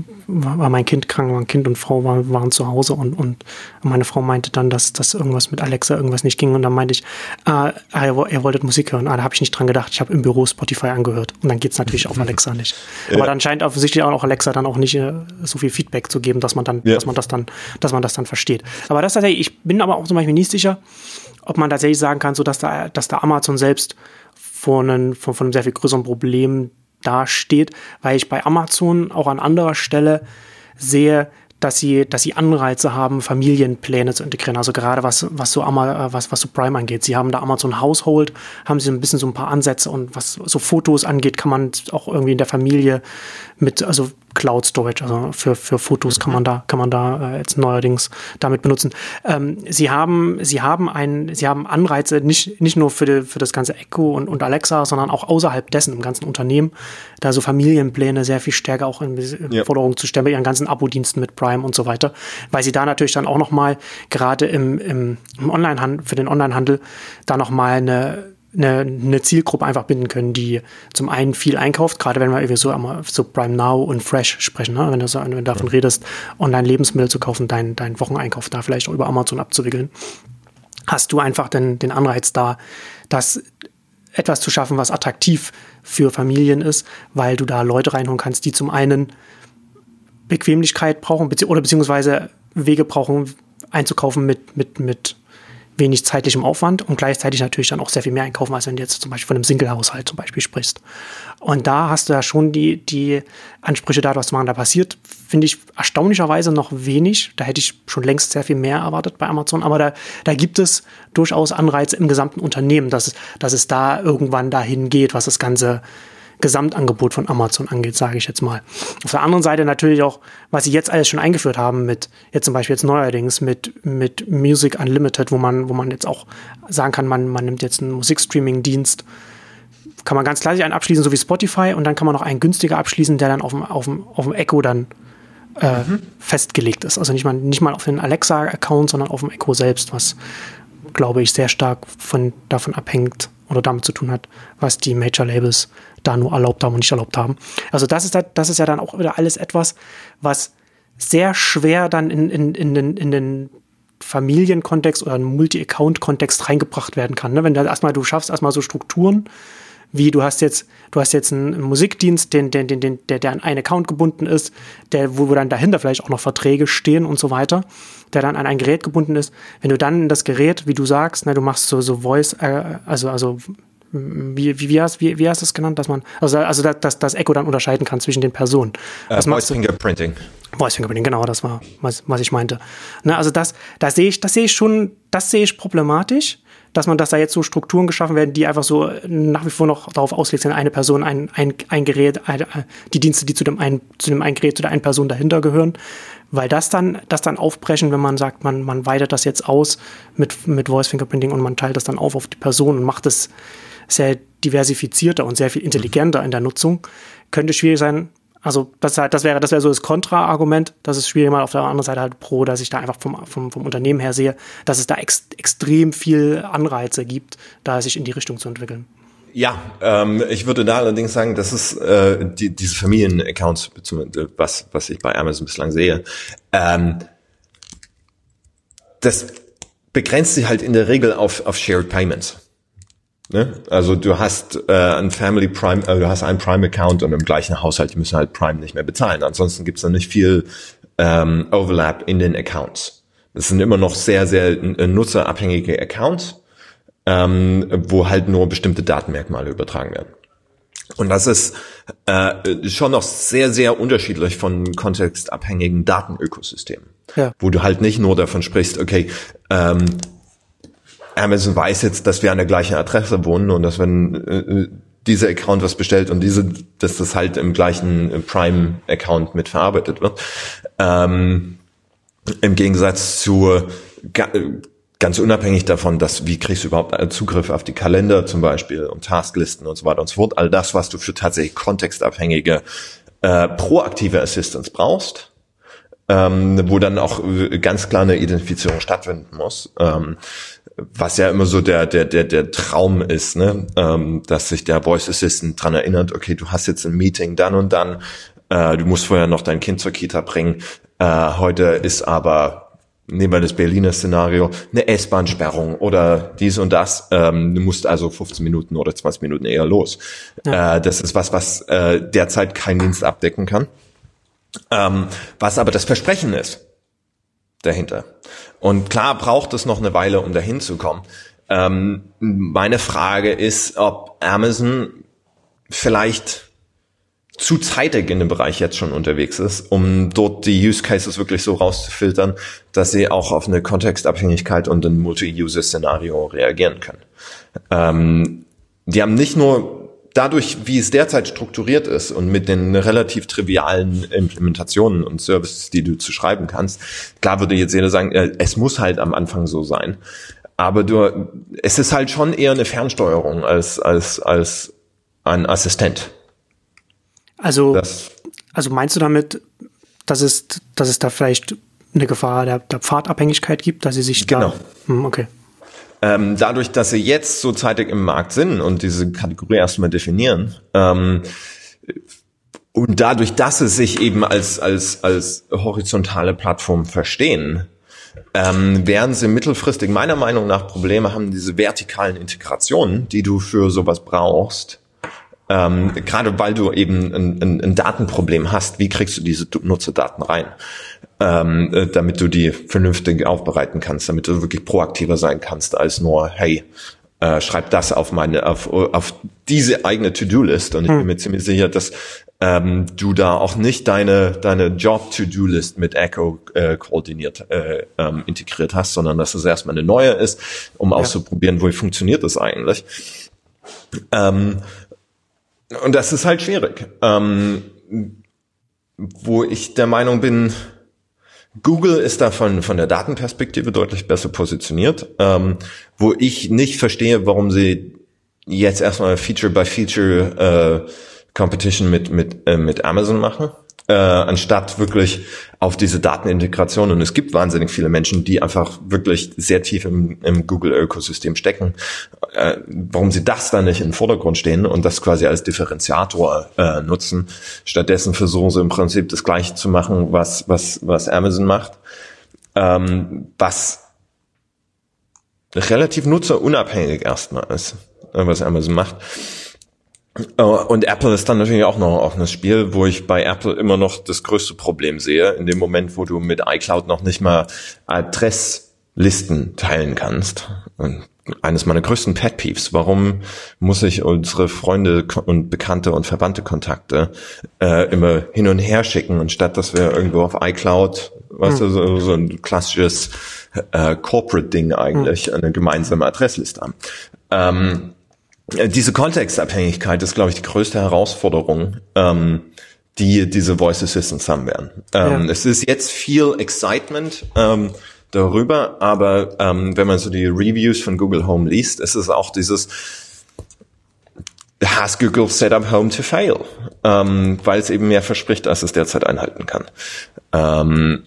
war mein Kind krank, mein Kind und Frau waren, waren zu Hause und, und meine Frau meinte dann, dass, dass irgendwas mit Alexa irgendwas nicht ging und dann meinte ich, ah, ihr, ihr wolltet Musik hören. Ah, da habe ich nicht dran gedacht. Ich habe im Büro Spotify angehört und dann geht es natürlich auf Alexa nicht. Ja. Aber dann scheint offensichtlich auch Alexa dann auch nicht äh, so viel Feedback zu geben, dass man dann, ja. dass man das dann, dass man das dann versteht. Aber das tatsächlich, ich bin aber auch zum Beispiel nicht sicher, ob man tatsächlich sagen kann, so dass da, dass da Amazon selbst vor einem, vor, vor einem sehr viel größeren Problem dasteht, weil ich bei Amazon auch an anderer Stelle sehe, dass sie, dass sie Anreize haben, Familienpläne zu integrieren. Also gerade was, was so Ama, was, was so Prime angeht. Sie haben da Amazon Household, haben sie ein bisschen so ein paar Ansätze und was so Fotos angeht, kann man auch irgendwie in der Familie mit, also Cloud Storage, also für, für Fotos kann man da, kann man da äh, jetzt neuerdings damit benutzen. Ähm, sie haben, sie haben ein, sie haben Anreize, nicht, nicht nur für, die, für das ganze Echo und, und Alexa, sondern auch außerhalb dessen im ganzen Unternehmen, da so Familienpläne sehr viel stärker auch in ja. Forderung zu stellen bei ihren ganzen Abo-Diensten mit Prime und so weiter, weil sie da natürlich dann auch nochmal, gerade im, im, im Onlinehandel, für den Onlinehandel, da nochmal eine Eine, eine Zielgruppe einfach binden können, die zum einen viel einkauft, gerade wenn wir irgendwie so, so Prime Now und Fresh sprechen, ne? wenn, du so, wenn du davon redest, online Lebensmittel zu kaufen, deinen dein Wocheneinkauf da vielleicht auch über Amazon abzuwickeln, hast du einfach den, den Anreiz da, das etwas zu schaffen, was attraktiv für Familien ist, weil du da Leute reinholen kannst, die zum einen Bequemlichkeit brauchen bezieh- oder beziehungsweise Wege brauchen, einzukaufen mit, mit, mit wenig zeitlichem Aufwand und gleichzeitig natürlich dann auch sehr viel mehr einkaufen, als wenn du jetzt zum Beispiel von einem Single-Haushalt zum Beispiel sprichst. Und da hast du ja schon die, die Ansprüche da, was zu machen. Da passiert, finde ich, erstaunlicherweise noch wenig. Da hätte ich schon längst sehr viel mehr erwartet bei Amazon. Aber da, da gibt es durchaus Anreize im gesamten Unternehmen, dass es, dass es da irgendwann dahin geht, was das ganze Gesamtangebot von Amazon angeht, sage ich jetzt mal. Auf der anderen Seite natürlich auch, was sie jetzt alles schon eingeführt haben mit, jetzt zum Beispiel jetzt neuerdings mit, mit Music Unlimited, wo man, wo man jetzt auch sagen kann, man, man nimmt jetzt einen Musikstreaming-Dienst, kann man ganz klassisch einen abschließen, so wie Spotify, und dann kann man noch einen günstiger abschließen, der dann auf dem, auf dem, auf dem Echo dann äh, mhm. festgelegt ist. Also nicht mal, nicht mal auf den Alexa-Account, sondern auf dem Echo selbst, was, glaube ich, sehr stark von, davon abhängt oder damit zu tun hat, was die Major-Labels da nur erlaubt haben und nicht erlaubt haben. Also das ist, da, das ist ja dann auch wieder alles etwas, was sehr schwer dann in, in, in, den, in den Familienkontext oder einen Multi-Account-Kontext reingebracht werden kann. Ne? Wenn du erstmal, du schaffst erstmal so Strukturen, wie du hast jetzt, du hast jetzt einen Musikdienst, den, den, den, den, der, der an einen Account gebunden ist, der, wo dann dahinter vielleicht auch noch Verträge stehen und so weiter, der dann an ein Gerät gebunden ist. Wenn du dann das Gerät, wie du sagst, ne, du machst so, so Voice, äh, also, also Wie, wie, wie, hast, wie, wie hast du es genannt, dass man, also, also dass das Echo dann unterscheiden kann zwischen den Personen. Uh, Voice Fingerprinting. Voice Fingerprinting, genau, das war, was, was ich meinte. Ne, also das, das sehe ich, das sehe ich schon, das sehe ich problematisch, dass man, dass da jetzt so Strukturen geschaffen werden, die einfach so nach wie vor noch darauf ausgelegt sind, eine Person, ein, ein, ein Gerät, ein, die Dienste, die zu dem einen, zu dem einen Gerät, zu der einen Person dahinter gehören, weil das dann, das dann aufbrechen, wenn man sagt, man, man weitet das jetzt aus mit, mit Voice Fingerprinting und man teilt das dann auf auf die Person und macht es sehr diversifizierter und sehr viel intelligenter in der Nutzung, könnte schwierig sein. Also das, das wäre das wäre so das Kontra-Argument, das ist schwierig, mal auf der anderen Seite halt pro, dass ich da einfach vom, vom, vom Unternehmen her sehe, dass es da ex, extrem viel Anreize gibt, da sich in die Richtung zu entwickeln. Ja, ähm, ich würde da allerdings sagen, das ist äh, die, diese Familienaccounts, was, was ich bei Amazon bislang sehe, ähm, das begrenzt sich halt in der Regel auf, auf Shared Payments. Ne? Also du hast äh, ein Family Prime, äh, du hast einen Prime-Account und im gleichen Haushalt, die müssen halt Prime nicht mehr bezahlen. Ansonsten gibt's da nicht viel ähm, Overlap in den Accounts. Das sind immer noch sehr, sehr äh, nutzerabhängige Accounts, ähm, wo halt nur bestimmte Datenmerkmale übertragen werden. Und das ist äh, schon noch sehr, sehr unterschiedlich von kontextabhängigen Datenökosystemen. Ja. Wo du halt nicht nur davon sprichst, okay, ähm, Amazon weiß jetzt, dass wir an der gleichen Adresse wohnen und dass wenn äh, dieser Account was bestellt und diese, dass das halt im gleichen Prime-Account mit verarbeitet wird. Ähm, im Gegensatz zu ga, ganz unabhängig davon, dass wie kriegst du überhaupt Zugriff auf die Kalender zum Beispiel und Tasklisten und so weiter und so fort. All das, was du für tatsächlich kontextabhängige äh, proaktive Assistance brauchst, ähm, wo dann auch ganz klar eine Identifizierung stattfinden muss. Ähm, was ja immer so der der der der Traum ist, ne, ähm, dass sich der Voice Assistant dran erinnert, okay, du hast jetzt ein Meeting dann und dann, äh, du musst vorher noch dein Kind zur Kita bringen, äh, heute ist aber, nehmen wir das Berliner Szenario, eine S-Bahn-Sperrung oder dies und das, ähm, du musst also fünfzehn Minuten oder zwanzig Minuten eher los. Ja. Äh, das ist was, was äh, derzeit kein Dienst abdecken kann, ähm, was aber das Versprechen ist dahinter. Und klar braucht es noch eine Weile, um dahin zu kommen. Ähm, meine Frage ist, ob Amazon vielleicht zu zeitig in dem Bereich jetzt schon unterwegs ist, um dort die Use Cases wirklich so rauszufiltern, dass sie auch auf eine Kontextabhängigkeit und ein Multi-User-Szenario reagieren können. Ähm, die haben nicht nur dadurch, wie es derzeit strukturiert ist und mit den relativ trivialen Implementationen und Services, die du zu schreiben kannst, klar würde jetzt jeder sagen, äh, es muss halt am Anfang so sein. Aber du, es ist halt schon eher eine Fernsteuerung als, als, als ein Assistent. Also, das, also meinst du damit, dass es, dass es da vielleicht eine Gefahr der, der Pfadabhängigkeit gibt, dass sie sich genau. da... Hm, okay. Ähm, dadurch, dass sie jetzt so zeitig im Markt sind und diese Kategorie erstmal definieren, ähm, und dadurch, dass sie sich eben als, als, als horizontale Plattform verstehen, ähm, werden sie mittelfristig meiner Meinung nach Probleme haben, diese vertikalen Integrationen, die du für sowas brauchst. Ähm, gerade weil du eben ein, ein, ein Datenproblem hast, wie kriegst du diese Nutzerdaten rein, ähm, äh, damit du die vernünftig aufbereiten kannst, damit du wirklich proaktiver sein kannst als nur, hey, äh, schreib das auf meine, auf, auf diese eigene To-Do-List. Und ich bin mir ziemlich sicher, dass ähm, du da auch nicht deine deine Job-To-Do-List mit Echo äh, koordiniert äh, ähm, integriert hast, sondern dass es erstmal eine neue ist, um ja. auszuprobieren, wo funktioniert das eigentlich. Ähm, Und das ist halt schwierig. Ähm, wo ich der Meinung bin, Google ist da von, von der Datenperspektive deutlich besser positioniert. Ähm, wo ich nicht verstehe, warum sie jetzt erstmal Feature by Feature äh, Competition mit mit äh, mit Amazon machen, äh, anstatt wirklich auf diese Datenintegration. Und es gibt wahnsinnig viele Menschen, die einfach wirklich sehr tief im, im Google-Ökosystem stecken. Äh, warum sie das dann nicht in den Vordergrund stehen und das quasi als Differenziator äh, nutzen. Stattdessen versuchen sie im Prinzip das Gleiche zu machen, was was was Amazon macht, ähm, was relativ nutzerunabhängig erstmal ist, äh, was Amazon macht. Und Apple ist dann natürlich auch noch auch ein Spiel, wo ich bei Apple immer noch das größte Problem sehe, in dem Moment, wo du mit iCloud noch nicht mal Adresslisten teilen kannst. Und eines meiner größten Pet Peeves, warum muss ich unsere Freunde und Bekannte und Verwandte Kontakte äh, immer hin und her schicken, anstatt dass wir irgendwo auf iCloud, weißt du, so, so ein klassisches äh, Corporate-Ding eigentlich, eine gemeinsame Adressliste haben. Ähm, Diese Kontextabhängigkeit ist, glaube ich, die größte Herausforderung, ähm, die diese Voice Assistants haben werden. Ähm, ja. Es ist jetzt viel Excitement ähm, darüber, aber ähm, wenn man so die Reviews von Google Home liest, ist es auch dieses Has Google set up Home to fail? Ähm, weil es eben mehr verspricht, als es derzeit einhalten kann. Ähm,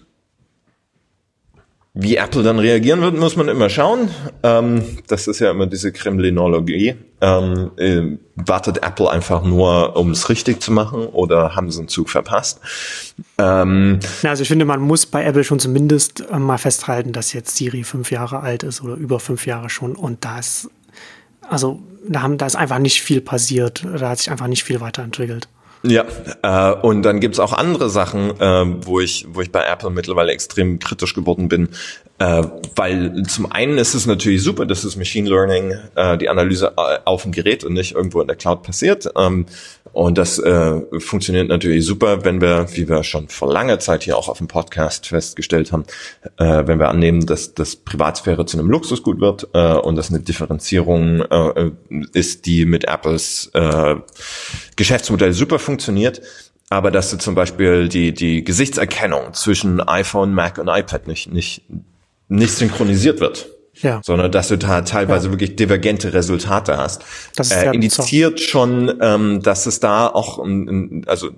Wie Apple dann reagieren wird, muss man immer schauen. Ähm, das ist ja immer diese Kremlinologie. Ähm, äh, wartet Apple einfach nur, um es richtig zu machen, oder haben sie einen Zug verpasst? Ähm, ja, also ich finde, man muss bei Apple schon zumindest äh, mal festhalten, dass jetzt Siri fünf Jahre alt ist oder über fünf Jahre schon. Und da ist, also da, haben, da ist einfach nicht viel passiert. Da hat sich einfach nicht viel weiterentwickelt. Ja, äh, und dann gibt's auch andere Sachen, äh, wo ich wo ich bei Apple mittlerweile extrem kritisch geworden bin, äh, weil zum einen ist es natürlich super, dass das Machine Learning, äh, die Analyse auf dem Gerät und nicht irgendwo in der Cloud passiert, ähm, und das äh, funktioniert natürlich super, wenn wir, wie wir schon vor langer Zeit hier auch auf dem Podcast festgestellt haben, äh, wenn wir annehmen, dass das Privatsphäre zu einem Luxusgut wird äh, und das eine Differenzierung äh, ist, die mit Apples äh, Geschäftsmodell super funktioniert, aber dass du zum Beispiel die die Gesichtserkennung zwischen iPhone, Mac und iPad nicht nicht nicht synchronisiert wird. Ja. Sondern dass du da teilweise ja. wirklich divergente Resultate hast. Das ist äh, indiziert so. schon, ähm, dass es da auch, ähm, also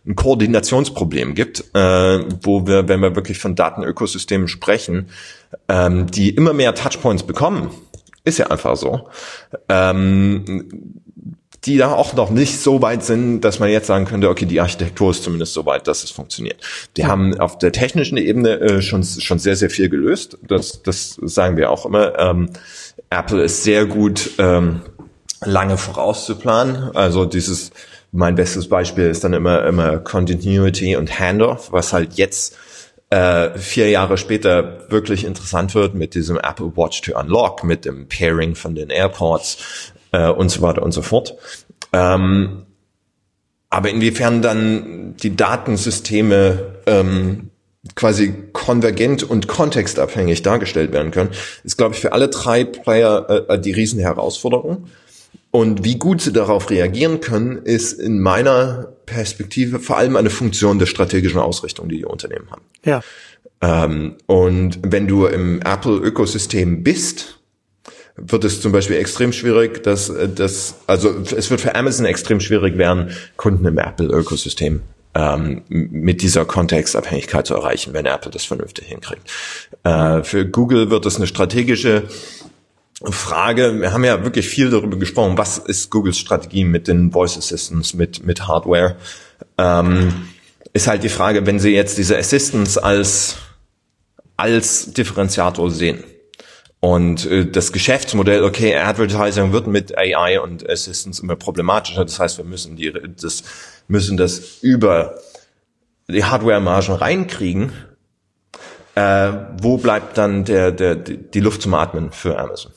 ein Koordinationsproblem gibt, äh, wo wir, wenn wir wirklich von Datenökosystemen sprechen, ähm, die immer mehr Touchpoints bekommen, ist ja einfach so, ähm, die da auch noch nicht so weit sind, dass man jetzt sagen könnte, okay, die Architektur ist zumindest so weit, dass es funktioniert. Die haben auf der technischen Ebene äh, schon schon sehr, sehr viel gelöst. Das, das sagen wir auch immer. Ähm, Apple ist sehr gut, ähm, lange vorauszuplanen. Also dieses, mein bestes Beispiel ist dann immer immer Continuity und Handoff, was halt jetzt äh, vier Jahre später wirklich interessant wird mit diesem Apple Watch to Unlock, mit dem Pairing von den AirPods, und so weiter und so fort. Ähm, aber inwiefern dann die Datensysteme ähm, quasi konvergent und kontextabhängig dargestellt werden können, ist, glaube ich, für alle drei Player äh, die riesen Herausforderung. Und wie gut sie darauf reagieren können, ist in meiner Perspektive vor allem eine Funktion der strategischen Ausrichtung, die die Unternehmen haben. Ja. Ähm, und wenn du im Apple-Ökosystem bist, wird es zum Beispiel extrem schwierig, dass das, also es wird für Amazon extrem schwierig werden, Kunden im Apple-Ökosystem ähm, mit dieser Kontextabhängigkeit zu erreichen, wenn Apple das vernünftig hinkriegt. Äh, für Google wird es eine strategische Frage. Wir haben ja wirklich viel darüber gesprochen, was ist Googles Strategie mit den Voice Assistants, mit mit Hardware. Ähm, ist halt die Frage, wenn Sie jetzt diese Assistants als als Differenziator sehen. Und äh, das Geschäftsmodell, okay, Advertising wird mit A I und Assistants immer problematischer. Das heißt, wir müssen die, das, müssen das über die Hardware-Margen reinkriegen. Äh, wo bleibt dann der, der, die Luft zum Atmen für Amazon?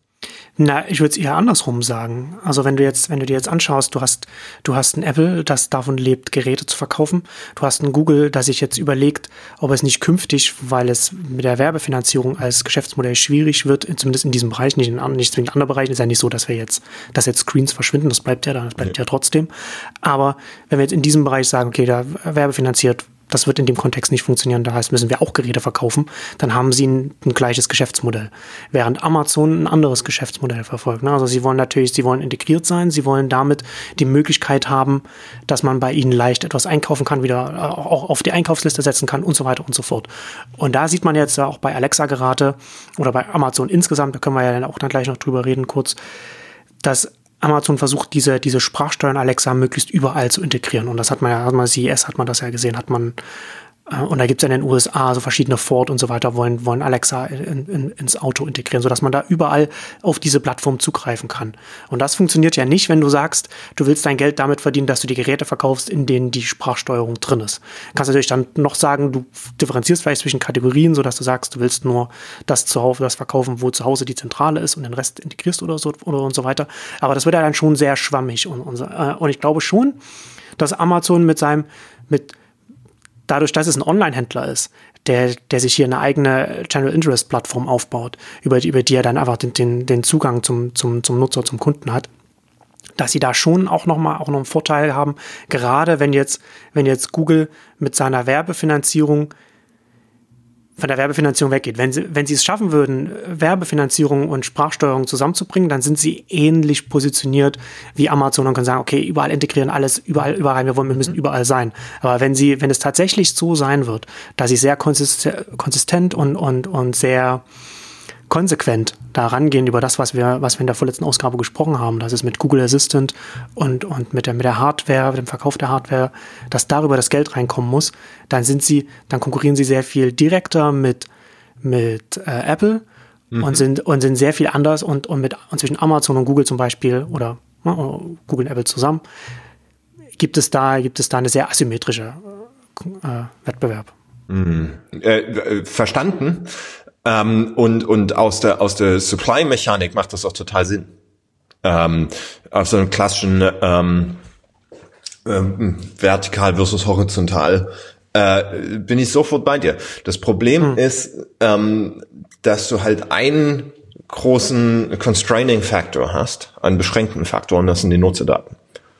Na, ich würde es eher andersrum sagen. Also wenn du jetzt, wenn du dir jetzt anschaust, du hast, du hast ein Apple, das davon lebt, Geräte zu verkaufen. Du hast ein Google, das sich jetzt überlegt, ob es nicht künftig, weil es mit der Werbefinanzierung als Geschäftsmodell schwierig wird, zumindest in diesem Bereich, nicht in nicht zwingend anderen Bereichen, ist ja nicht so, dass wir jetzt, dass jetzt Screens verschwinden, das bleibt ja da, das bleibt ja. ja trotzdem. Aber wenn wir jetzt in diesem Bereich sagen, okay, da werbefinanziert, das wird in dem Kontext nicht funktionieren, da heißt, müssen wir auch Geräte verkaufen, dann haben sie ein, ein gleiches Geschäftsmodell. Während Amazon ein anderes Geschäftsmodell verfolgt. Ne? Also sie wollen natürlich, sie wollen integriert sein, sie wollen damit die Möglichkeit haben, dass man bei ihnen leicht etwas einkaufen kann, wieder auch auf die Einkaufsliste setzen kann und so weiter und so fort. Und da sieht man jetzt auch bei Alexa gerade oder bei Amazon insgesamt, da können wir ja dann auch dann gleich noch drüber reden kurz, dass Amazon versucht, diese, diese Sprachsteuern Alexa möglichst überall zu integrieren. Und das hat man ja, hat man C E S, hat man das ja gesehen, hat man, äh, und da gibt es ja in den U S A so verschiedene Ford und so weiter, wollen, wollen Alexa in, in, ins Auto integrieren, sodass man da überall auf diese Plattform zugreifen kann. Und das funktioniert ja nicht, wenn du sagst, du willst dein Geld damit verdienen, dass du die Geräte verkaufst, in denen die Sprachsteuerung drin ist. Du kannst natürlich dann noch sagen, du differenzierst vielleicht zwischen Kategorien, sodass du sagst, du willst nur das zu Hause, das verkaufen, wo zu Hause die Zentrale ist und den Rest integrierst oder so, oder und so weiter. Aber das wird ja dann schon sehr schwammig. Und, und, und ich glaube schon, dass Amazon mit seinem, mit dadurch, dass es ein Online-Händler ist, der, der sich hier eine eigene Channel-Interest-Plattform aufbaut, über die, über die er dann einfach den, den, den Zugang zum, zum, zum Nutzer, zum Kunden hat, dass sie da schon auch nochmal auch noch einen Vorteil haben, gerade wenn jetzt, wenn jetzt Google mit seiner Werbefinanzierung von der Werbefinanzierung weggeht. Wenn sie, wenn sie es schaffen würden, Werbefinanzierung und Sprachsteuerung zusammenzubringen, dann sind sie ähnlich positioniert wie Amazon und können sagen, okay, überall integrieren, alles, überall, überall, wir wollen, wir müssen überall sein. Aber wenn sie, wenn es tatsächlich so sein wird, dass sie sehr konsistent und, und, und sehr konsequent da rangehen über das, was wir, was wir in der vorletzten Ausgabe gesprochen haben, das ist mit Google Assistant und, und mit der, mit der Hardware, mit dem Verkauf der Hardware, dass darüber das Geld reinkommen muss, dann sind sie, dann konkurrieren sie sehr viel direkter mit, mit äh, Apple mhm. und sind, und sind sehr viel anders und, und mit, und zwischen Amazon und Google zum Beispiel oder, ne, oder Google und Apple zusammen, gibt es da, gibt es da eine sehr asymmetrische äh, Wettbewerb. Mhm. Äh, verstanden. Ähm, und und aus der aus der Supply-Mechanik macht das auch total Sinn. Ähm, auf so einem klassischen ähm, ähm, vertikal versus horizontal äh, bin ich sofort bei dir. Das Problem hm. ist, ähm, dass du halt einen großen Constraining Factor hast, einen beschränkten Faktor, und das sind die Nutzerdaten,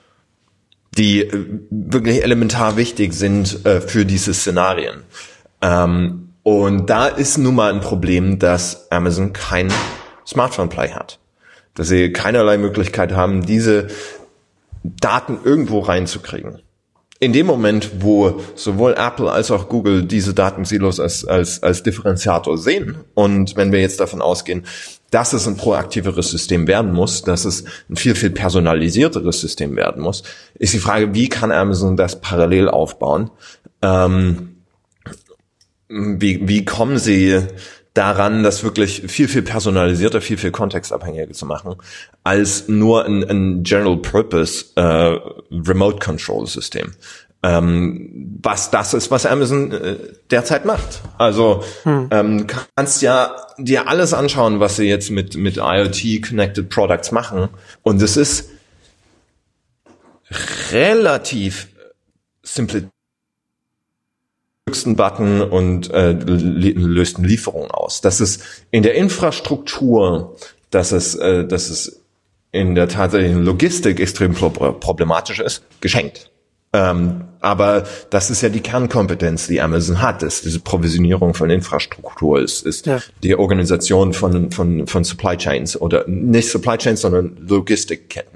die äh, wirklich elementar wichtig sind äh, für diese Szenarien. Ähm, Und da ist nun mal ein Problem, dass Amazon kein Smartphone-Play hat. Dass sie keinerlei Möglichkeit haben, diese Daten irgendwo reinzukriegen. in dem Moment, wo sowohl Apple als auch Google diese Datensilos als, als, als Differenziator sehen, und wenn wir jetzt davon ausgehen, dass es ein proaktiveres System werden muss, dass es ein viel, viel personalisierteres System werden muss, ist die Frage, wie kann Amazon das parallel aufbauen? Ähm, wie, wie kommen sie daran, das wirklich viel, viel personalisierter, viel, viel kontextabhängiger zu machen, als nur ein, ein General-Purpose äh, Remote-Control-System. Ähm, was das ist, was Amazon äh, derzeit macht. Also hm. ähm, kannst ja dir alles anschauen, was sie jetzt mit mit IoT-Connected Products machen. Und es ist relativ simple höchsten Button und äh, löst eine Lieferung aus. Das ist in der Infrastruktur, dass es, äh, dass es in der tatsächlichen Logistik extrem problematisch ist, geschenkt. Ähm, aber das ist ja die Kernkompetenz, die Amazon hat, ist diese Provisionierung von Infrastruktur, ist, ist ja. die Organisation von, von, von Supply Chains oder nicht Supply Chains, sondern Logistikketten.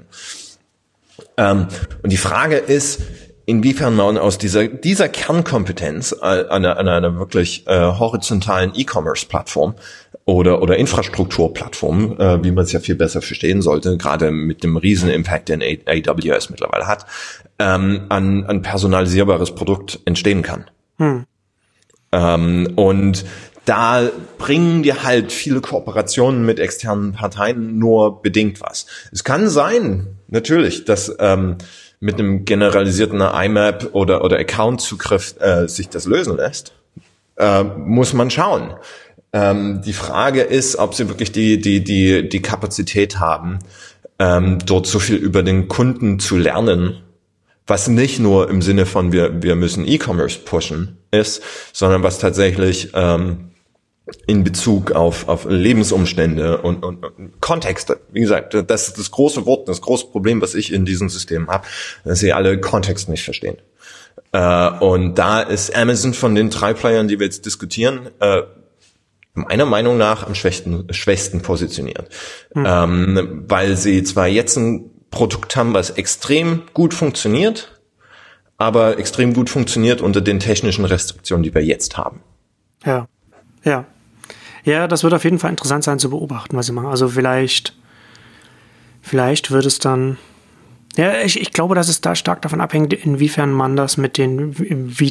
Ähm, und die Frage ist, inwiefern man aus dieser dieser Kernkompetenz einer einer, einer wirklich äh, horizontalen E-Commerce-Plattform oder oder Infrastrukturplattform, äh, wie man es ja viel besser verstehen sollte, gerade mit dem riesen Impact, den A W S mittlerweile hat, ähm, an ein personalisierbares Produkt entstehen kann. Hm. Ähm, und da bringen dir halt viele Kooperationen mit externen Parteien nur bedingt was. Es kann sein, natürlich, dass ähm, mit einem generalisierten I M A P oder oder Account-Zugriff äh, sich das lösen lässt, äh, muss man schauen. Ähm, die Frage ist, ob sie wirklich die die die die Kapazität haben, ähm, dort so viel über den Kunden zu lernen, was nicht nur im Sinne von wir wir müssen E-Commerce pushen ist, sondern was tatsächlich ähm, in Bezug auf, auf Lebensumstände und, und, und Kontexte. Wie gesagt, das ist das große Wort, das große Problem, was ich in diesem System habe, dass sie alle Kontext nicht verstehen. Äh, und da ist Amazon von den drei Playern, die wir jetzt diskutieren, äh, meiner Meinung nach am schwächsten, schwächsten positioniert. Mhm. Ähm, weil sie zwar jetzt ein Produkt haben, was extrem gut funktioniert, aber extrem gut funktioniert unter den technischen Restriktionen, die wir jetzt haben. Ja, ja. Ja, das wird auf jeden Fall interessant sein zu beobachten, was sie machen. Also vielleicht, vielleicht wird es dann, ja, ich, ich glaube, dass es da stark davon abhängt, inwiefern man das mit den V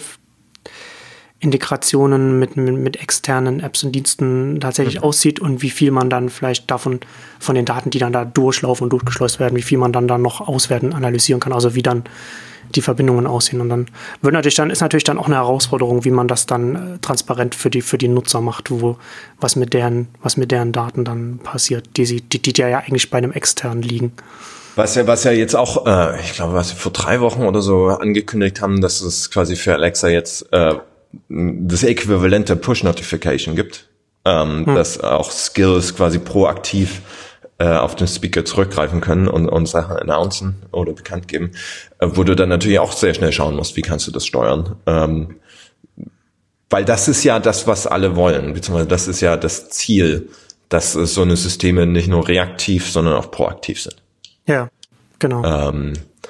T-Integrationen mit, mit, mit externen Apps und Diensten tatsächlich mhm. aussieht und wie viel man dann vielleicht davon, von den Daten, die dann da durchlaufen und durchgeschleust werden, wie viel man dann da noch auswerten, analysieren kann, also wie dann die Verbindungen aussehen. Und dann wird natürlich dann, ist natürlich dann auch eine Herausforderung, wie man das dann äh, transparent für die, für die Nutzer macht, wo, was mit deren, was mit deren Daten dann passiert, die sie, die, die ja eigentlich bei einem externen liegen. Was ja, was ja jetzt auch, äh, ich glaube, was wir vor drei Wochen oder so angekündigt haben, dass es quasi für Alexa jetzt äh, das äquivalente Push-Notification gibt, ähm, hm. dass auch Skills quasi proaktiv auf den Speaker zurückgreifen können und, und Sachen announcen oder bekannt geben, wo du dann natürlich auch sehr schnell schauen musst, wie kannst du das steuern. Ähm, weil das ist ja das, was alle wollen, beziehungsweise das ist ja das Ziel, dass so eine Systeme nicht nur reaktiv, sondern auch proaktiv sind. Ja, genau. Ähm,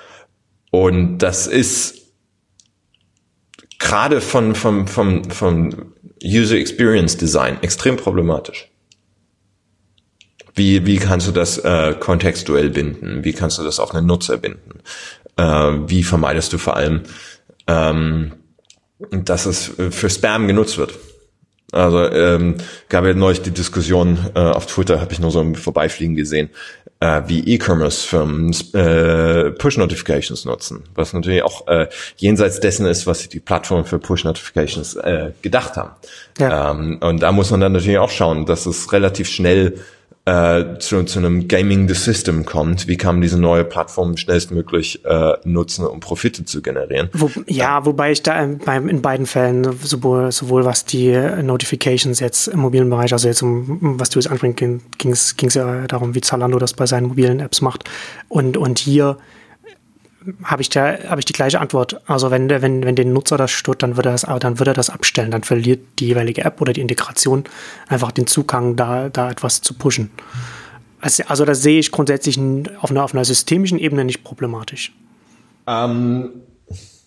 und das ist gerade von, vom, vom, vom User Experience Design extrem problematisch. Wie, wie kannst du das äh, kontextuell binden? Wie kannst du das auf einen Nutzer binden? Äh, wie vermeidest du vor allem, ähm, dass es für Spam genutzt wird? Also ähm, gab ja neulich die Diskussion äh, auf Twitter, habe ich nur so im Vorbeifliegen gesehen, äh, wie E-Commerce-Firmen äh, Push-Notifications nutzen, was natürlich auch äh, jenseits dessen ist, was die Plattformen für Push-Notifications äh, gedacht haben. Ja. Ähm, und da muss man dann natürlich auch schauen, dass es relativ schnell Äh, zu, zu einem Gaming the System kommt. Wie kann man diese neue Plattform schnellstmöglich äh, nutzen, um Profite zu generieren? Wo, ja, wobei ich da in, beim, in beiden Fällen, sowohl, sowohl was die Notifications jetzt im mobilen Bereich, also jetzt um, was du jetzt anbringst, ging es ja darum, wie Zalando das bei seinen mobilen Apps macht. Und, und hier habe ich da habe ich die gleiche Antwort. Also wenn wenn wenn den Nutzer das stört, dann wird er das dann wird er das abstellen, dann verliert die jeweilige App oder die Integration einfach den Zugang, da da etwas zu pushen. Also, also das sehe ich grundsätzlich auf einer auf einer systemischen Ebene nicht problematisch. Ähm,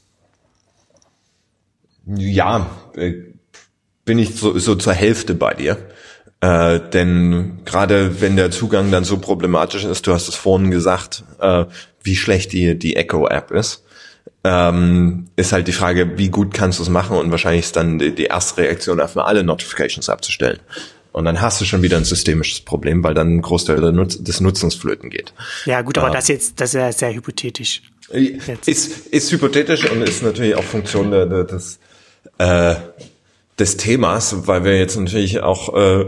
Ja, äh, bin ich so, so zur Hälfte bei dir. Äh, denn gerade wenn der Zugang dann so problematisch ist, du hast es vorhin gesagt, äh, wie schlecht die, die Echo-App ist, ähm, ist halt die Frage, wie gut kannst du es machen, und wahrscheinlich ist dann die, die erste Reaktion, erstmal alle Notifications abzustellen. Und dann hast du schon wieder ein systemisches Problem, weil dann ein Großteil des Nutzens flöten geht. Ja gut, aber ähm, das jetzt, das ist ja sehr hypothetisch. Ist, ist hypothetisch und ist natürlich auch Funktion der, der, des, äh, des Themas, weil wir jetzt natürlich auch äh,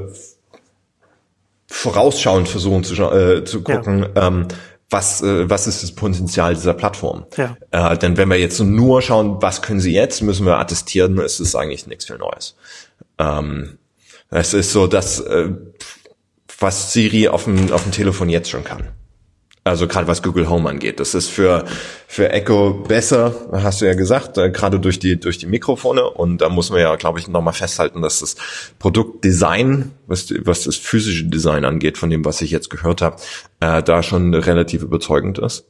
vorausschauend versuchen zu, äh, zu gucken, ja. ähm, was äh, was ist das Potenzial dieser Plattform. Ja. Äh, denn wenn wir jetzt nur schauen, was können sie jetzt, müssen wir attestieren, es ist eigentlich nichts viel Neues. Ähm, es ist so, dass äh, was Siri auf dem auf dem Telefon jetzt schon kann. Also gerade was Google Home angeht. Das ist für für Echo besser, hast du ja gesagt, äh, gerade durch die durch die Mikrofone. Und da muss man ja, glaube ich, nochmal festhalten, dass das Produktdesign, was was das physische Design angeht, von dem, was ich jetzt gehört habe, äh, da schon relativ überzeugend ist.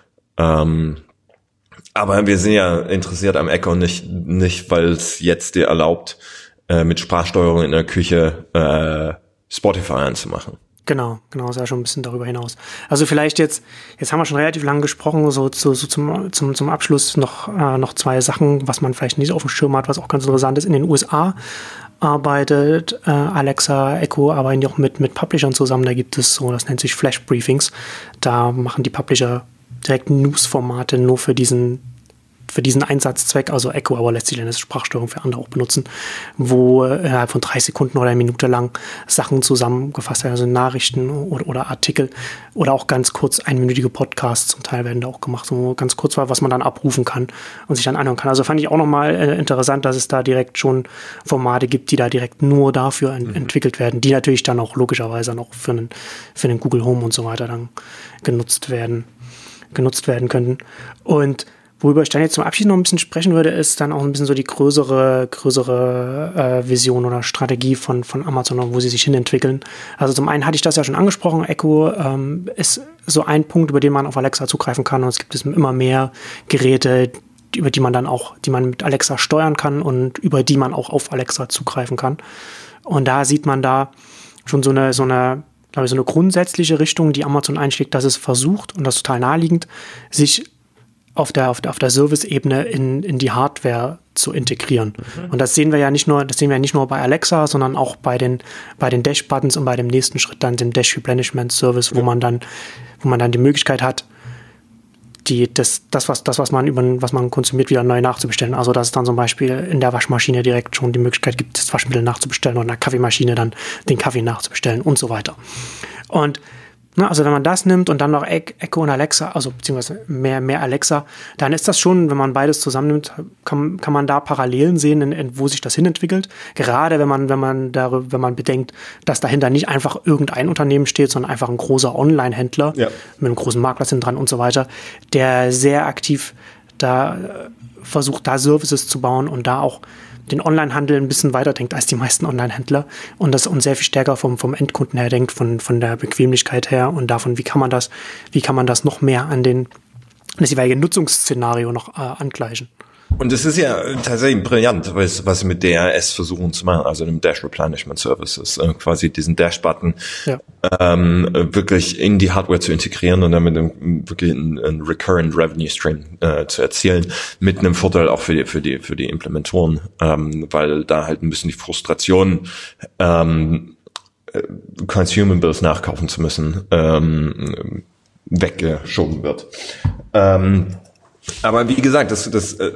Ähm, aber wir sind ja interessiert am Echo nicht nicht, weil es jetzt dir erlaubt, äh, mit Sprachsteuerung in der Küche äh, Spotify anzumachen. Genau, genau, ist ja schon ein bisschen darüber hinaus. Also vielleicht jetzt, jetzt haben wir schon relativ lange gesprochen, so, so, so zum, zum, zum Abschluss noch, äh, noch zwei Sachen, was man vielleicht nicht auf dem Schirm hat, was auch ganz interessant ist. In den U S A arbeitet äh, Alexa, Echo arbeiten die auch mit, mit Publishern zusammen. Da gibt es so, das nennt sich Flash Briefings. Da machen die Publisher direkt News-Formate nur für diesen für diesen Einsatzzweck, also Echo, aber lässt sich dann als Sprachsteuerung für andere auch benutzen, wo äh, innerhalb von drei Sekunden oder eine Minute lang Sachen zusammengefasst werden, also Nachrichten oder, oder Artikel oder auch ganz kurz einminütige Podcasts zum Teil werden da auch gemacht, so ganz kurz war, was man dann abrufen kann und sich dann anhören kann. Also fand ich auch nochmal äh, interessant, dass es da direkt schon Formate gibt, die da direkt nur dafür en- mhm. entwickelt werden, die natürlich dann auch logischerweise noch für einen, für den Google Home und so weiter dann genutzt werden, genutzt werden könnten. Und worüber ich dann jetzt zum Abschied noch ein bisschen sprechen würde, ist dann auch ein bisschen so die größere, größere äh, Vision oder Strategie von, von Amazon, wo sie sich hinentwickeln. Also zum einen hatte ich das ja schon angesprochen, Echo ähm, ist so ein Punkt, über den man auf Alexa zugreifen kann, und es gibt es immer mehr Geräte, über die man dann auch, die man mit Alexa steuern kann und über die man auch auf Alexa zugreifen kann. Und da sieht man da schon so eine, so eine, glaube ich, so eine grundsätzliche Richtung, die Amazon einschlägt, dass es versucht, und das ist total naheliegend, sich auf der, auf der, auf der Service-Ebene in, in die Hardware zu integrieren. Mhm. Und das sehen wir ja nicht nur, das sehen wir ja nicht nur bei Alexa, sondern auch bei den, bei den Dash-Buttons und bei dem nächsten Schritt dann dem Dash-Replenishment-Service, ja. wo man dann, wo man dann die Möglichkeit hat, die, das, das, was, das, was man über, was man konsumiert, wieder neu nachzubestellen. Also, dass es dann zum Beispiel in der Waschmaschine direkt schon die Möglichkeit gibt, das Waschmittel nachzubestellen, oder in der Kaffeemaschine dann den Kaffee nachzubestellen und so weiter. Und Na, also wenn man das nimmt und dann noch Echo und Alexa, also beziehungsweise mehr, mehr Alexa, dann ist das schon, wenn man beides zusammennimmt, kann, kann man da Parallelen sehen, in, in, wo sich das hinentwickelt. Gerade wenn man, wenn man darüber, wenn man bedenkt, dass dahinter nicht einfach irgendein Unternehmen steht, sondern einfach ein großer Online-Händler ja. mit einem großen Marktplatz hinten dran und so weiter, der sehr aktiv da versucht, da Services zu bauen und da auch den Onlinehandel ein bisschen weiter denkt als die meisten Online-Händler und das und sehr viel stärker vom, vom Endkunden her denkt, von, von der Bequemlichkeit her und davon, wie kann man das, wie kann man das noch mehr an den, das jeweilige Nutzungsszenario noch äh, angleichen. Und es ist ja tatsächlich brillant, was, was sie mit D R S versuchen zu machen, also dem Dash Replenishment Services, äh, quasi diesen Dash-Button ja. ähm, wirklich in die Hardware zu integrieren und damit einen, wirklich einen, einen Recurrent Revenue Stream äh, zu erzielen, mit einem Vorteil auch für die, für die, für die Implementoren, ähm, weil da halt ein bisschen die Frustration, ähm, Consumables nachkaufen zu müssen, ähm, weggeschoben wird. Ähm, Aber wie gesagt, das, das, äh,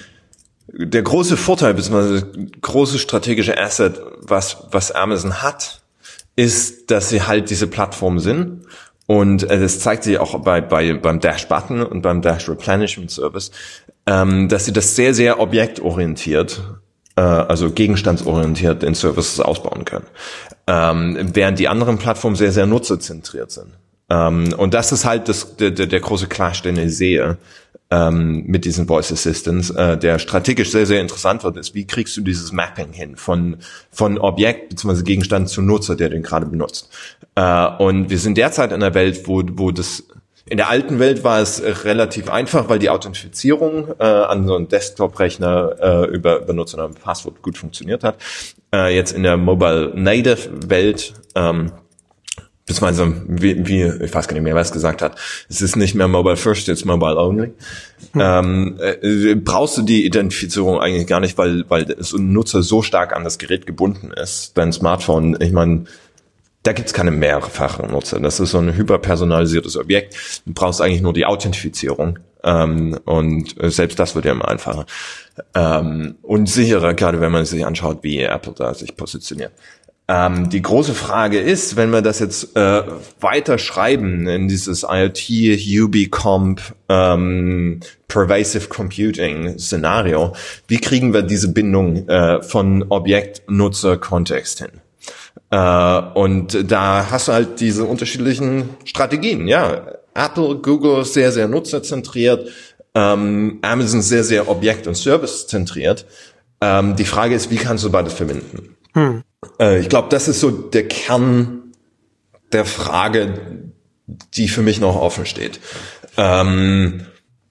der große Vorteil, beziehungsweise das große strategische Asset, was, was Amazon hat, ist, dass sie halt diese Plattform sind. Und äh, das zeigt sich auch bei, bei, beim Dash-Button und beim Dash Replenishment Service, ähm, dass sie das sehr, sehr objektorientiert, äh, also gegenstandsorientiert in Services ausbauen können. Ähm, während die anderen Plattformen sehr, sehr nutzerzentriert sind. Ähm, und das ist halt das, der, der, der große Clash, den ich sehe, ähm, mit diesen Voice Assistants, äh, der strategisch sehr, sehr interessant wird, ist, wie kriegst du dieses Mapping hin von, von Objekt bzw. Gegenstand zu Nutzer, der den gerade benutzt. Äh, und wir sind derzeit in einer Welt, wo, wo das In der alten Welt war es relativ einfach, weil die Authentifizierung äh, an so einem Desktop-Rechner äh, über Benutzer und Passwort gut funktioniert hat. Äh, jetzt in der Mobile-Native-Welt, ähm, beziehungsweise wie, wie, ich weiß gar nicht mehr, wer es gesagt hat, es ist nicht mehr Mobile First, jetzt Mobile Only. Hm. Ähm, äh, brauchst du die Identifizierung eigentlich gar nicht, weil weil das Nutzer so stark an das Gerät gebunden ist. Dein Smartphone, ich meine, da gibt's keine mehrfachen Nutzer. Das ist so ein hyperpersonalisiertes Objekt. Du brauchst eigentlich nur die Authentifizierung. Ähm, und selbst das wird ja immer einfacher. Ähm, und sicherer, gerade wenn man sich anschaut, wie Apple da sich positioniert. Ähm, die große Frage ist, wenn wir das jetzt äh, weiter schreiben in dieses IoT, U B Comp, ähm, Pervasive Computing Szenario, wie kriegen wir diese Bindung äh, von Objekt, Nutzer, Kontext hin? Uh, und da hast du halt diese unterschiedlichen Strategien, ja. Apple, Google sehr, sehr nutzerzentriert, ähm, Amazon sehr, sehr objekt- und servicezentriert. Ähm, die Frage ist, wie kannst du beides verbinden? Hm. Uh, ich glaube, das ist so der Kern der Frage, die für mich noch offen steht. Ähm,